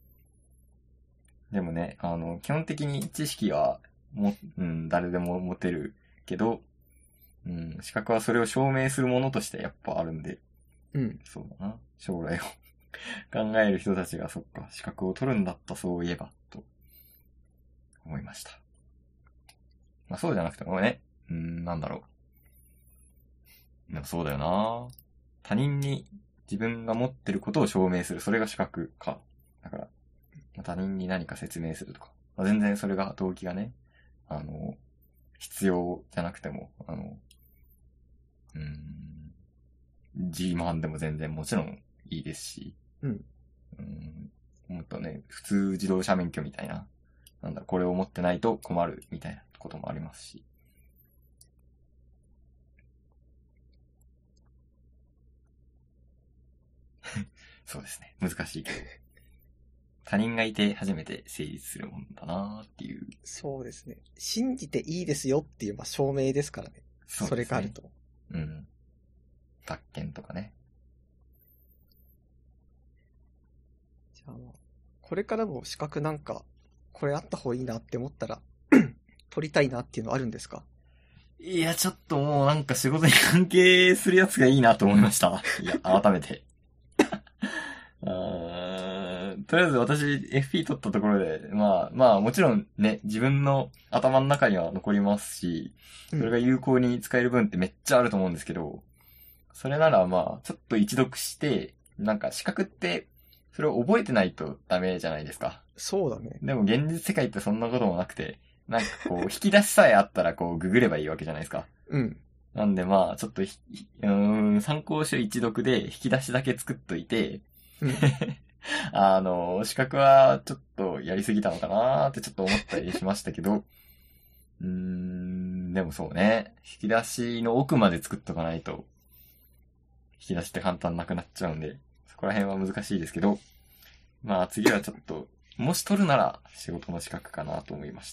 でもね、あの、基本的に知識は、も、うん、誰でも持てるけど、うん、資格はそれを証明するものとしてやっぱあるんで。
うん。
そうだな。将来を考える人たちがそっか、資格を取るんだった、そういえば、と、思いました。まあそうじゃなくてもね、うん、なんだろう。でもそうだよな。他人に自分が持ってることを証明する。それが資格か。だから、他人に何か説明するとか。まあ、全然それが動機がね、あの、必要じゃなくても、あの、うーん、G マンでも全然もちろんいいですし、
うん。
うん、もっとね、普通自動車免許みたいな、なんだ、これを持ってないと困るみたいなこともありますし。そうですね。難しいけど。他人がいて初めて成立するもんだなっていう。
そうですね。信じていいですよっていう、まあ、証明ですからね。そうですね。それがあると。
うん。宅建とかね。
じゃあ、これからも資格なんか、これあった方がいいなって思ったら、取りたいなっていうのあるんですか？
いや、ちょっともうなんか仕事に関係するやつがいいなと思いました。いや、改めて。あとりあえず私 エフピー 取ったところで、まあまあもちろんね、自分の頭の中には残りますし、それが有効に使える分ってめっちゃあると思うんですけど、それならまあ、ちょっと一読して、なんか資格って、それを覚えてないとダメじゃないですか。
そうだね。
でも現実世界ってそんなこともなくて、なんかこう、引き出しさえあったらこう、ググればいいわけじゃないですか。
うん。
なんでまあ、ちょっとひ、うーん、参考書一読で引き出しだけ作っといて、うん、あの、資格はちょっとやりすぎたのかなーってちょっと思ったりしましたけど、うーん、でもそうね、引き出しの奥まで作っとかないと、引き出しって簡単なくなっちゃうんで、 ここら辺は難しいですけど、まあ次はちょっと、もし取るなら仕事の資格かなと思いました。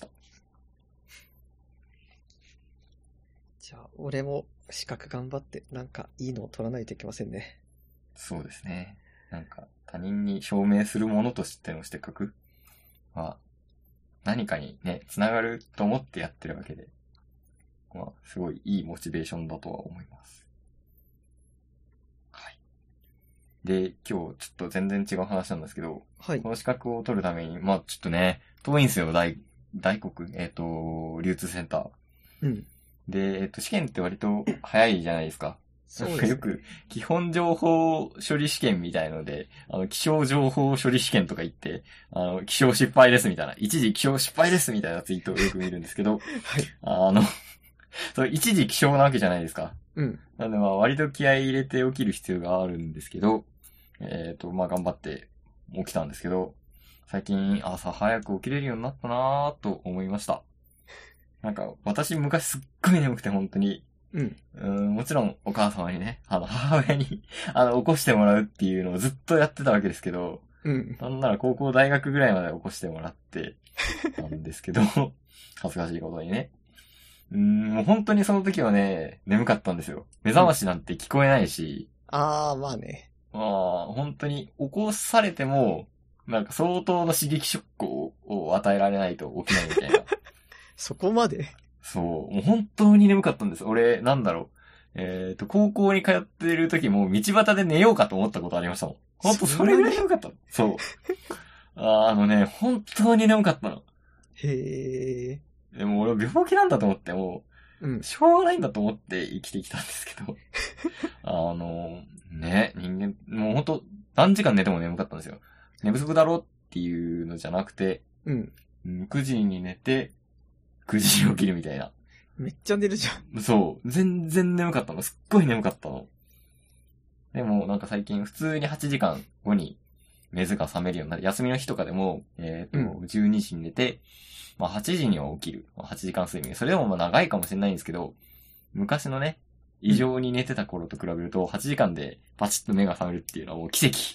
じゃあ、俺も資格頑張って、なんかいいのを取らないといけませんね。
そうですね。なんか他人に証明するものとしての資格は、何かにね、つながると思ってやってるわけで、まあ、すごいいいモチベーションだとは思います。はい。で、今日ちょっと全然違う話なんですけど、
はい。
この資格を取るために、まあちょっとね、遠いんですよ、大、大国、えっと、流通センター。
うん。
で、えっと、試験って割と早いじゃないですか。
そうですね。
よく、基本情報処理試験みたいので、あの、気象情報処理試験とか言って、あの、気象失敗ですみたいな、一時気象失敗ですみたいなツイートをよく見るんですけど、
はい。
あの、それ一時気象なわけじゃないですか。
うん。
なのでまあ割と気合い入れて起きる必要があるんですけど、えっと、まあ頑張って起きたんですけど、最近朝早く起きれるようになったなぁと思いました。なんか私昔すっごい眠くて本当に、
うん。
うーん、もちろんお母様にね、あの母親にあの起こしてもらうっていうのをずっとやってたわけですけど、
うん。
なんなら高校大学ぐらいまで起こしてもらってたんですけど、恥ずかしいことにね。うーん、もう本当にその時はね、眠かったんですよ。目覚ましなんて聞こえないし、
うん、ああ、まあね。
まあ、本当に起こされても、なんか相当の刺激ショックを与えられないと起きないみたいな。
そこまで
そう、もう本当に眠かったんです。俺、なんだろう。えっと、高校に通ってる時も道端で寝ようかと思ったことありましたもん。本当それぐらい眠かったの。そう。ああのね、本当に眠かったの。
へえ。
でも俺病気なんだと思って、もう、うん、しょうがないんだと思って生きてきたんですけど。あの、ね、人間、もうほんと、何時間寝ても眠かったんですよ。寝不足だろっていうのじゃなくて、
うん。
くじに寝て、くじに起きるみたいな。
めっちゃ寝るじゃ
ん。そう。全然眠かったの。すっごい眠かったの。でも、なんか最近普通にはちじかんごに目が覚めるようになって、休みの日とかでも、えっと、うん、じゅうにじに寝て、まあはちじには起きる。はちじかん睡眠。それでもまあ長いかもしれないんですけど、昔のね、異常に寝てた頃と比べると、はちじかんでパチッと目が覚めるっていうのはもう奇跡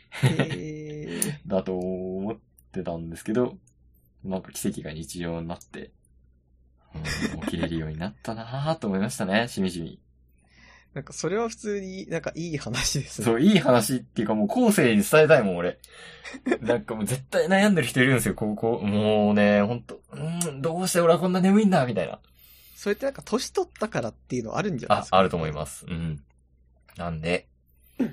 だと思ってたんですけど、なんか奇跡が日常になって、うん、起きれるようになったなぁと思いましたね、しみじみ。
なんかそれは普通になんかいい話ですね。
そう、いい話っていうかもう後世に伝えたいもん、俺。なんかもう絶対悩んでる人いるんですよ、高校。もうね、ほんと、うーん、どうして俺はこんな眠いんだ、みたいな。
それってなんか年取ったからっていうのあるんじゃないですか？
あ、あると思います。うん。なんで、うん、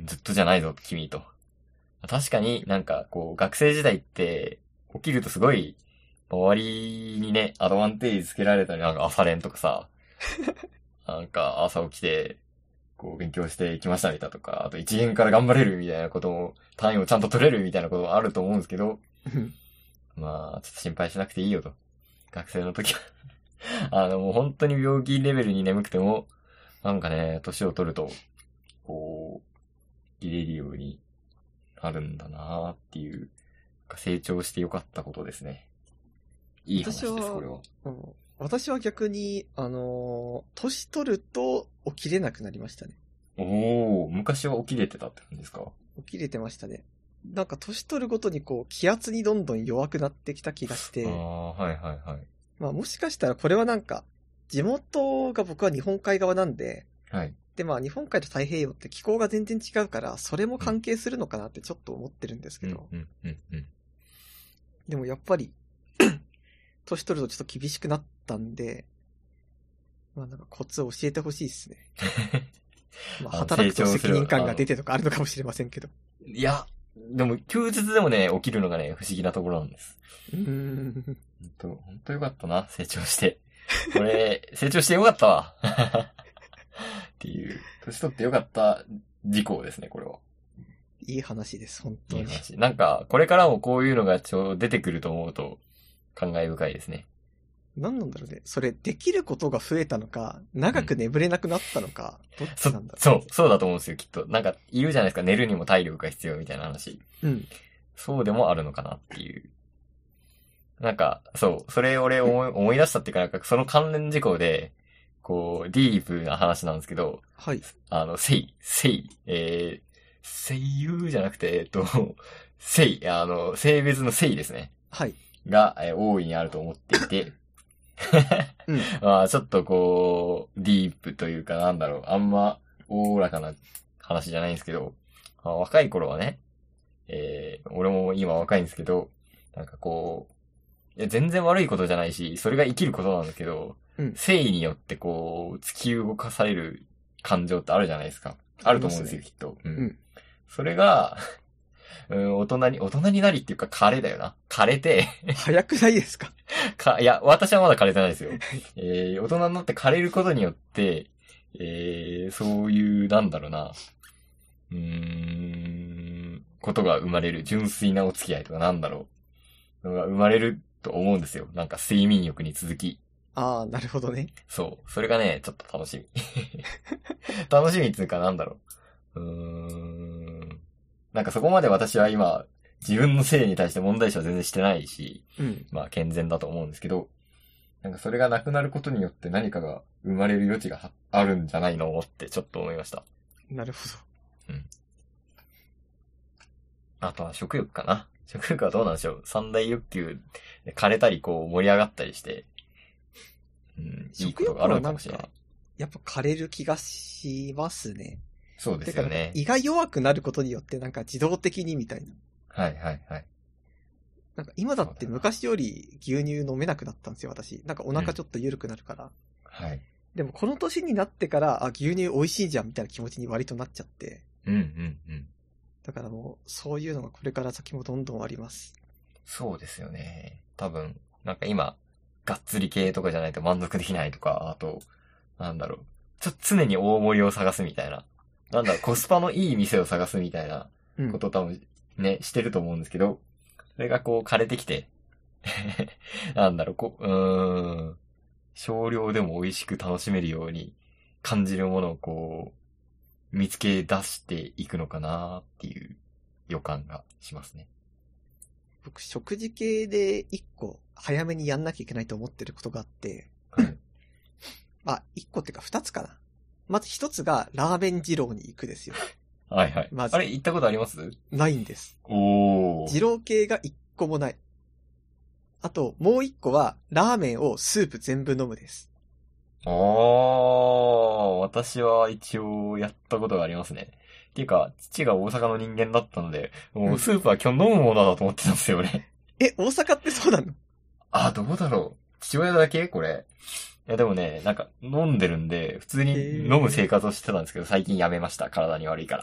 ずっとじゃないぞ、君と。確かになんかこう、学生時代って起きるとすごい、周りにね、アドバンテージつけられたり、なんか朝練とかさ、なんか朝起きて、こう勉強してきましたみたいなとか、あと一限から頑張れるみたいなことも、単位をちゃんと取れるみたいなこともあると思うんですけど、まあ、ちょっと心配しなくていいよと。学生の時は。あの、もう本当に病気レベルに眠くても、なんかね、年を取ると、こう、入れるようになるんだなーっていう、成長してよかったことですね。いい話です、これは。
うん、私は逆に、あのー、年取ると起きれなくなりましたね。
おー、昔は起きれてたって感じですか？
起きれてましたね。なんか年取るごとにこう、気圧にどんどん弱くなってきた気がして。
ああ、はいはいはい。
まあもしかしたらこれはなんか、地元が僕は日本海側なんで、
はい。
でまあ日本海と太平洋って気候が全然違うから、それも関係するのかなってちょっと思ってるんですけど。
うんうんうんうん。
でもやっぱり、年取るとちょっと厳しくなったんで、まあなんかコツを教えてほしいですね。まあ働くと責任感が出てとかあるのかもしれませんけど。
いや、でも休日でもね、起きるのがね、不思議なところなんです。
うーん。
ほんと、ほんとよかったな、成長して。これ、成長してよかったわ。っていう、年取ってよかった事項ですね、これは。
いい話です、本当に。
いい話。なんか、これからもこういうのがちょ出てくると思うと、感慨深いですね。
何なんだろうね。それ、できることが増えたのか、長く眠れなくなったのか、うん、どっちなんだろう。
そう、そうだと思うんですよ、きっと。なんか、言うじゃないですか、寝るにも体力が必要みたいな話。
うん。
そうでもあるのかなっていう。なんか、そう、それ俺思い、思い出したっていうか、なんかその関連事項で、こう、ディープな話なんですけど、
はい。
あの、せい、せい、え声優じゃなくて、えっと、性、あの、性別の性ですね。
はい。
が、えー大いにあると思っていて、
うん。
まあ、ちょっとこう、ディープというかなんだろう、あんま、おおらかな話じゃないんですけど、まあ、若い頃はね、えー、俺も今若いんですけど、なんかこう、いや全然悪いことじゃないし、それが生きることなんだけど、
うん。
性によってこう、突き動かされる感情ってあるじゃないですか。
あ
あると思うんですよ、
りますね。
きっと。うん。
うん。
それが、うん、大人に、大人になりっていうか枯れだよな。枯れて
早くないですか？
か、いや、私はまだ枯れてないですよ。
はい。
えー、大人になって枯れることによって、えー、そういう、なんだろうな、うーん、ことが生まれる。純粋なお付き合いとかなんだろう。のが生まれると思うんですよ。なんか睡眠欲に続き。
ああ、なるほどね。
そう。それがね、ちょっと楽しみ。楽しみっていうかなんだろう。うーん。なんかそこまで私は今、自分の性に対して問題視は全然してないし、
うん。
まあ健全だと思うんですけど、なんかそれがなくなることによって何かが生まれる余地があるんじゃないのってちょっと思いました。
なるほど。
うん。あとは食欲かな。食欲はどうなんでしょう。三大欲求で枯れたりこう盛り上がったりして、うん、いいことがあるのかもしれない。
やっぱ枯れる気がしますね。
そうで
てかなんか
すよね。
胃が弱くなることによってなんか自動的にみたいな。
はいはいはい。
なんか今だって昔より牛乳飲めなくなったんですよ、私。なんかお腹ちょっと緩くなるから。うん、
はい。
でもこの年になってから、あ、牛乳美味しいじゃんみたいな気持ちに割となっちゃって。
うんうんうん。
だからもう、そういうのがこれから先もどんどんあります。
そうですよね。多分、なんか今、がっつり系とかじゃないと満足できないとか、あと、なんだろう。ちょっと常に大盛りを探すみたいな。なんだろう、コスパのいい店を探すみたいなことを多分ね、してると思うんですけど、それがこう枯れてきて、なんだろう、こう、うーん、少量でも美味しく楽しめるように感じるものをこう、見つけ出していくのかなっていう予感がしますね。
僕、食事系で一個早めにやんなきゃいけないと思ってることがあって、
はい。
まあ、一個っていうか二つかな。まず一つがラーメン二郎に行くですよ。
はいはい。
まず。
あれ、行ったことあります？
ないんです。
おー。
二郎系が一個もない。あと、もう一個は、ラーメンをスープ全部飲むです。
あー、私は一応やったことがありますね。っていうか、父が大阪の人間だったので、もうスープは今日飲むものだと思ってたんですよ、俺。
え、大阪ってそうなの？
あ、どうだろう。父親だけこれ。いやでもね、なんか飲んでるんで、普通に飲む生活をしてたんですけど、最近やめました。体に悪いから。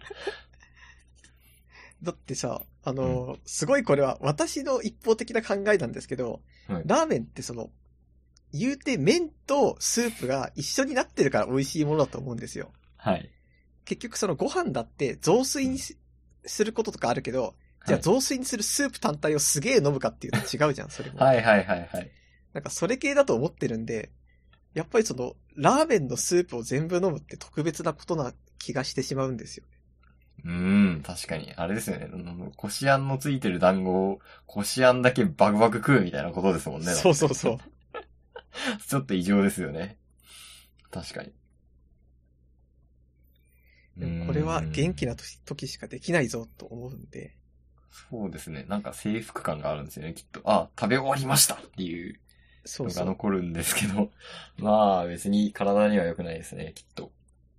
だってさ、あの、うん、すごいこれは私の一方的な考えなんですけど、はい、ラーメンってその、言うて麺とスープが一緒になってるから美味しいものだと思うんですよ。
はい。
結局そのご飯だって雑炊にすることとかあるけど、じゃあ雑炊にするスープ単体をすげえ飲むかっていうと違うじゃん、それも。
はいはいはいはい。
なんかそれ系だと思ってるんで、やっぱりその、ラーメンのスープを全部飲むって特別なことな気がしてしまうんですよね。
うーん、確かに。あれですよね。こしあんのついてる団子を、こしあんだけバクバク食うみたいなことですもんね。
そうそうそう。
ちょっと異常ですよね。確かに。
でもこれは元気な時しかできないぞと思うんで。
そうですね。なんか征服感があるんですよね、きっと。あ、食べ終わりましたっていうのが残るんですけど。そうそうまあ別に体には良くないですね、きっと。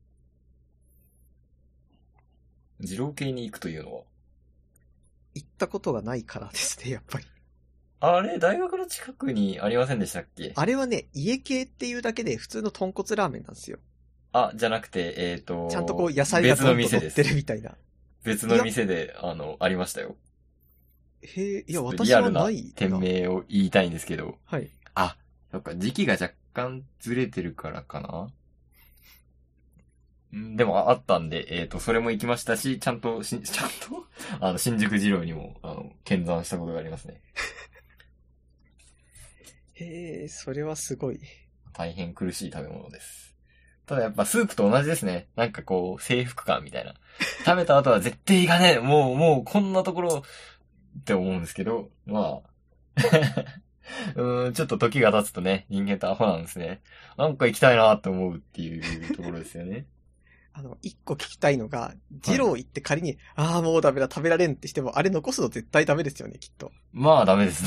二郎系に行くというのは
行ったことがないからですね、やっぱり。
あれ、大学の近くにありませんでしたっけ？
あれはね、家系っていうだけで普通の豚骨ラーメンなんですよ。
あ、じゃなくて、えっと、
ちゃんとこう野菜がどんと乗ってるみたいな。
別の店で、あの、ありましたよ。
へえ、いや、私はないな。
リアルな店名を言いたいんですけど。
はい。
あ、そっか、時期が若干ずれてるからかな。でもあったんで、えっと、それも行きましたし、ちゃんと、しちゃんと、あの、新宿二郎にも、あの、見参したことがありますね。
へえ、それはすごい。
大変苦しい食べ物です。ただやっぱスープと同じですね。なんかこう、征服感みたいな。食べた後は絶対いかねえもう、もうこんなところって思うんですけど、まあ。うーん、ちょっと時が経つとね、人間ってアホなんですね。なんか行きたいなって思うっていうところですよね。
あの、一個聞きたいのが、二郎行って仮に、はい、ああ、もうダメだ、食べられんってしても、あれ残すの絶対ダメですよね、きっと。
まあ、ダメですね。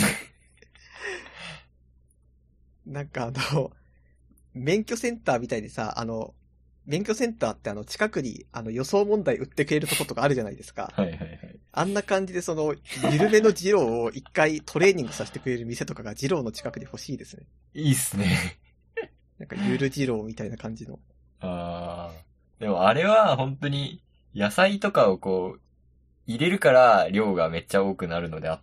なんかあの、免許センターみたいでさ、あの、免許センターってあの、近くに、あの、予想問題売ってくれるとことかあるじゃないですか。
はいはいはい。
あんな感じでその、緩めの二郎を一回トレーニングさせてくれる店とかが二郎の近くに欲しいですね。
いいっすね。
なんか、ゆる二郎みたいな感じの。
ああ。でもあれは本当に野菜とかをこう入れるから量がめっちゃ多くなるのであって、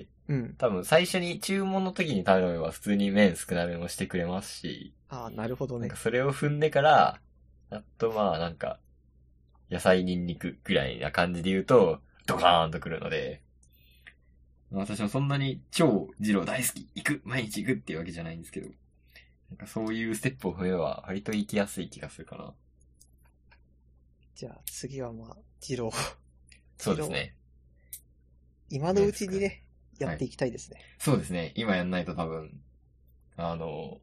うん。
多分最初に注文の時に頼めば普通に麺少なめもしてくれますし。
ああ、なるほどね。
なんかそれを踏んでから、やっとまあなんか野菜ニンニクぐらいな感じで言うとドカーンとくるので、私はそんなに超二郎大好き、行く、毎日行くっていうわけじゃないんですけど、なんかそういうステップを踏めば割と行きやすい気がするかな。
じゃあ次はまあ、二郎。
そうですね。
今のうちにね、やっていきたいですね、はい。
そうですね。今やんないと多分、あの、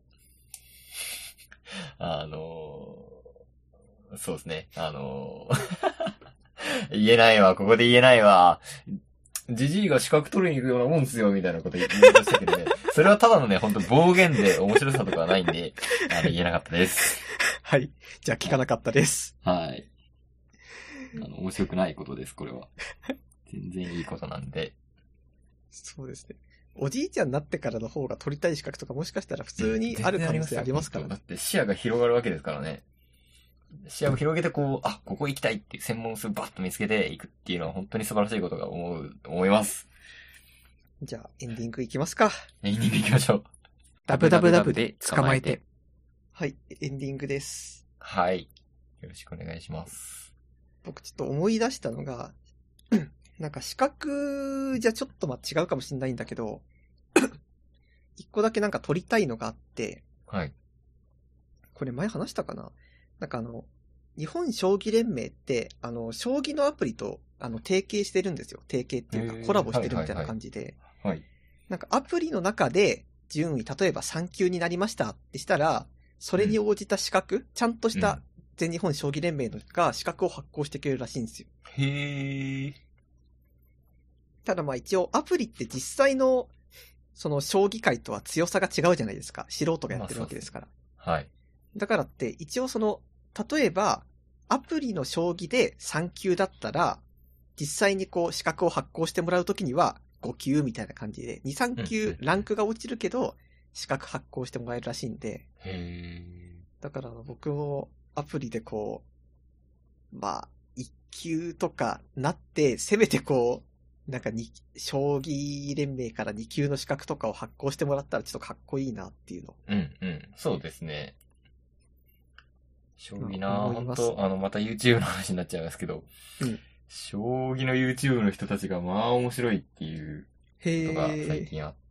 あの、そうですね。あの、言えないわ、ここで言えないわ。ジジイが資格取りに行くようなもんすよ、みたいなこと言いましたけどね。それはただのね、ほんと暴言で面白さとかはないんで、あの、言えなかったです。
はい。じゃあ聞かなかったです。
はい。あの、面白くないことです、これは。全然いいことなんで。
そうですね。おじいちゃんになってからの方が取りたい資格とかもしかしたら普通にある可能性ありますからね。
だって視野が広がるわけですからね。視野を広げてこう、あ、ここ行きたいっていう専門数バッと見つけていくっていうのは本当に素晴らしいことが思う、思います。
じゃあエンディングいきますか。
エンディングいきましょう。
ダブダブダブで捕まえて。はい、エンディングです。
はい。よろしくお願いします。
僕ちょっと思い出したのが、なんか資格じゃちょっとまあ違うかもしれないんだけど、一個だけなんか取りたいのがあって、
はい。
これ前話したかな？なんかあの、日本将棋連盟って、あの、将棋のアプリと、あの、提携してるんですよ。提携っていうか、コラボしてるみたいな感じで。
はい。
なんかアプリの中で、順位、例えばさん級になりましたってしたら、それに応じた資格、うん、ちゃんとした全日本将棋連盟のが資格を発行してくれるらしいんですよ。
へー。
ただまあ一応アプリって実際のその将棋界とは強さが違うじゃないですか。素人がやってるわけですから。
まあ、はい。
だからって一応その、例えばアプリの将棋でさん級だったら、実際にこう資格を発行してもらうときにはご級みたいな感じで、に、さん級ランクが落ちるけど、資格発行してもらえるらしいんで。
へー。
だから僕もアプリでこう、まあ、いっ級とかなって、せめてこう、なんかに、将棋連盟からに級の資格とかを発行してもらったらちょっとかっこいいなっていうの。
うんうん。そうですね。将棋なぁ、ほんと、あの、また YouTube の話になっちゃいますけど、
うん。
将棋の YouTube の人たちがまあ面白いっていうことが最近あって。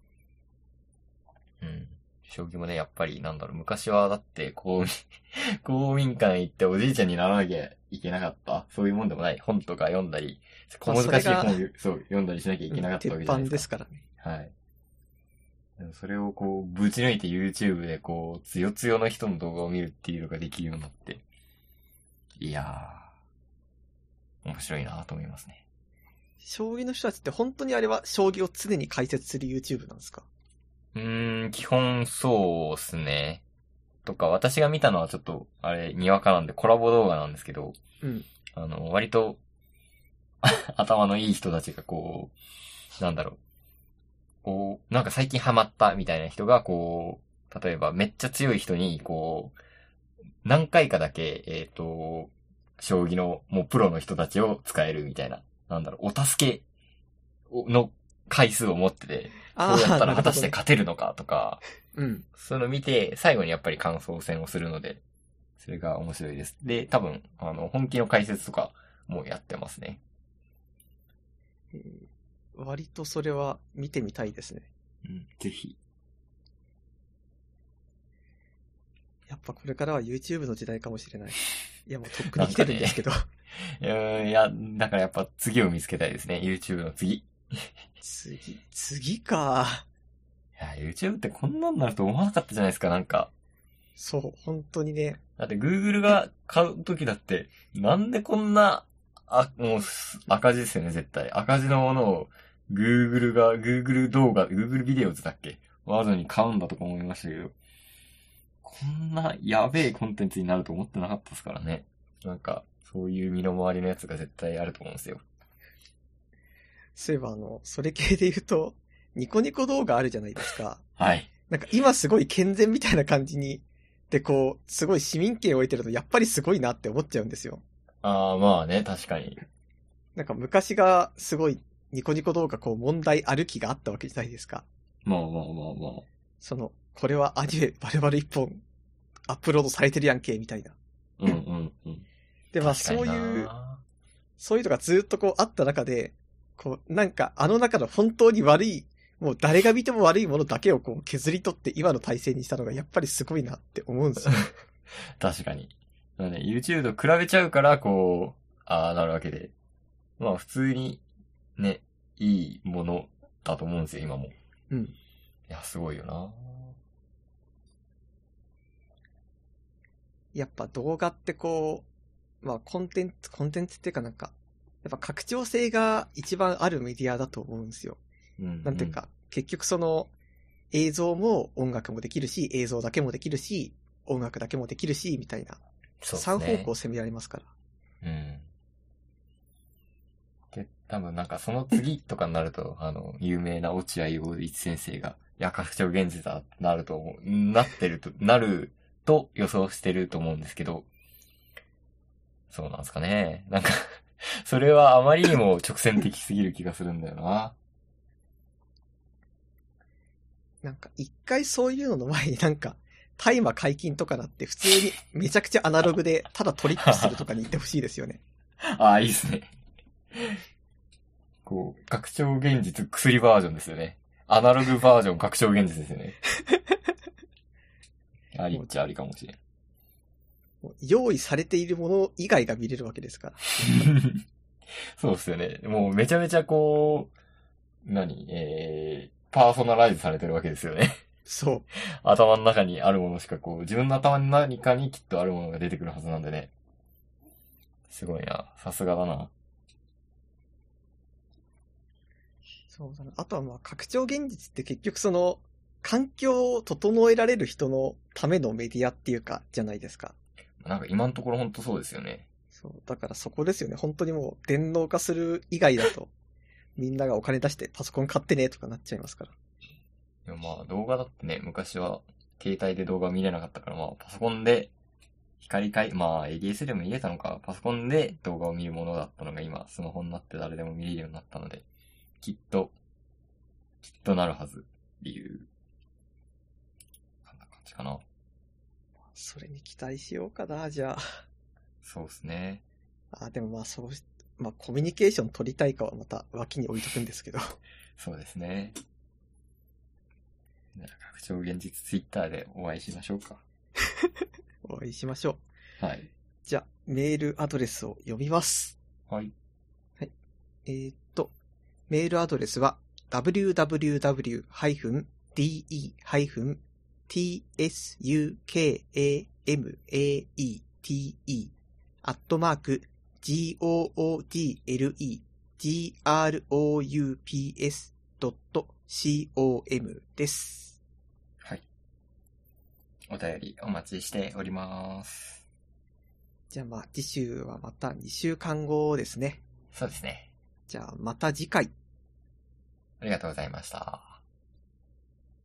うん。将棋もね、やっぱりなんだろう、昔はだって公民、公民館行っておじいちゃんにならなきゃいけなかった。そういうもんでもない。本とか読んだり、小難しい本を、そう、読んだりしなきゃいけなかったわけじゃないですか。
鉄板ですからね。
はい。でもそれをこう、ぶち抜いて YouTube でこう、つよつよの人の動画を見るっていうのができるようになって。いやー、面白いなと思いますね。
将棋の人たちって本当にあれは将棋を常に解説する YouTube なんですか？
うーん、基本そうっすね。とか、私が見たのはちょっと、あれ、にわかなんでコラボ動画なんですけど、
うん。
あの、割と、頭のいい人たちがこう、なんだろう。こう、なんか最近ハマったみたいな人がこう、例えばめっちゃ強い人に、こう、何回かだけ、えっと、将棋のもうプロの人たちを使えるみたいな、なんだろう、お助けの回数を持ってて、そうやったら果たして勝てるのかとか、
うん。
そういうのを見て、最後にやっぱり感想戦をするので、それが面白いです。で、多分、あの、本気の解説とかもやってますね。
えー割とそれは見てみたいですね。
うん、ぜひ。
やっぱこれからは YouTube の時代かもしれない。いやもうとっくに来てるんですけど。
ね、いや、だからやっぱ次を見つけたいですね。YouTube の次。
次、次か。
いや、YouTube ってこんなんなると思わなかったじゃないですか、なんか。
そう、本当にね。
だって Google が買うときだって、なんでこんな、あ、もう赤字ですよね、絶対。赤字のものを Google が、Google 動画、Google ビデオズだっけわざに買うんだとか思いましたけど、こんなやべえコンテンツになると思ってなかったですからね。なんか、そういう身の回りのやつが絶対あると思うんですよ。
そういえばあの、それ系で言うと、ニコニコ動画あるじゃないですか。
はい。
なんか今すごい健全みたいな感じに、でこう、すごい市民権を得てるとやっぱりすごいなって思っちゃうんですよ。
ああ、まあね、確かに。
なんか昔がすごいニコニコ動画こう問題ある気があったわけじゃないですか。
まあまあまあまあ。
その、これはアニメバレバレ一本アップロードされてるやんけ、みたいな。
うんうんうん。
で、まあそういう、そういうのがずっとこうあった中で、こう、なんかあの中の本当に悪い、もう誰が見ても悪いものだけをこう削り取って今の体制にしたのがやっぱりすごいなって思うんですよ。
確かに。ね、YouTube と比べちゃうから、こう、ああなるわけで。まあ普通に、ね、いいものだと思うんですよ、今も。
うん。
いや、すごいよな。
やっぱ動画ってこう、まあコンテンツ、コンテンツっていうかなんか、やっぱ拡張性が一番あるメディアだと思うんですよ。
うん、うん。
なんていうか、結局その映像も音楽もできるし、映像だけもできるし、音楽だけもできるし、みたいな。
そうですね。
三方向攻められますから。
うん。で、多分なんかその次とかになると、あの、有名な落合陽一先生が、いや、拡張現実だってなると思う、なってると、なると予想してると思うんですけど、そうなんですかね。なんかそれはあまりにも直線的すぎる気がするんだよな。
なんか一回そういうのの前になんか、大麻解禁とかなって普通にめちゃくちゃアナログでただトリップするとかに言ってほしいですよね。
ああ、いいっすね。こう、拡張現実薬バージョンですよね。アナログバージョン拡張現実ですよね。ありっちゃありかもしれん。
用意されているもの以外が見れるわけですから。
そうっすよね。もうめちゃめちゃこう、何えー、パーソナライズされてるわけですよね。
そう。
頭の中にあるものしかこう、自分の頭の何かにきっとあるものが出てくるはずなんでね。すごいな。さすがだな。
そうだな。あとはまあ拡張現実って結局その、環境を整えられる人のためのメディアっていうか、じゃないですか。
なんか今のところほんとそうですよね。
そう。だからそこですよね。本当にもう電脳化する以外だと、みんながお金出してパソコン買ってねとかなっちゃいますから。
でもまあ動画だってね、昔は携帯で動画見れなかったから、まあパソコンで光回、まあ エーディーエス でも見れたのか、パソコンで動画を見るものだったのが今スマホになって誰でも見れるようになったので、きっと、きっとなるはずっていう、こんな感じかな。
それに期待しようかな、じゃあ。
そうですね。
あ、でもまあそうし、まあコミュニケーション取りたいかはまた脇に置いとくんですけど。
そうですね。拡張現実ツイッターでお会いしましょうか。
お会いしましょ
う。はい。
じゃあ、メールアドレスを読みます。
はい。
はい。えー、っと、メールアドレスは ダブリューダブリューダブリュー ディーイー ティーエスユーケーエーエムエーイーティーイー アットマーク ジーオーオーディーエルイージーアールオーユーピーエスドットコム です。
はい。お便りお待ちしております。
じゃあまあ次週はまたにしゅうかんごですね。
そうですね。
じゃあまた次回。
ありがとうございました。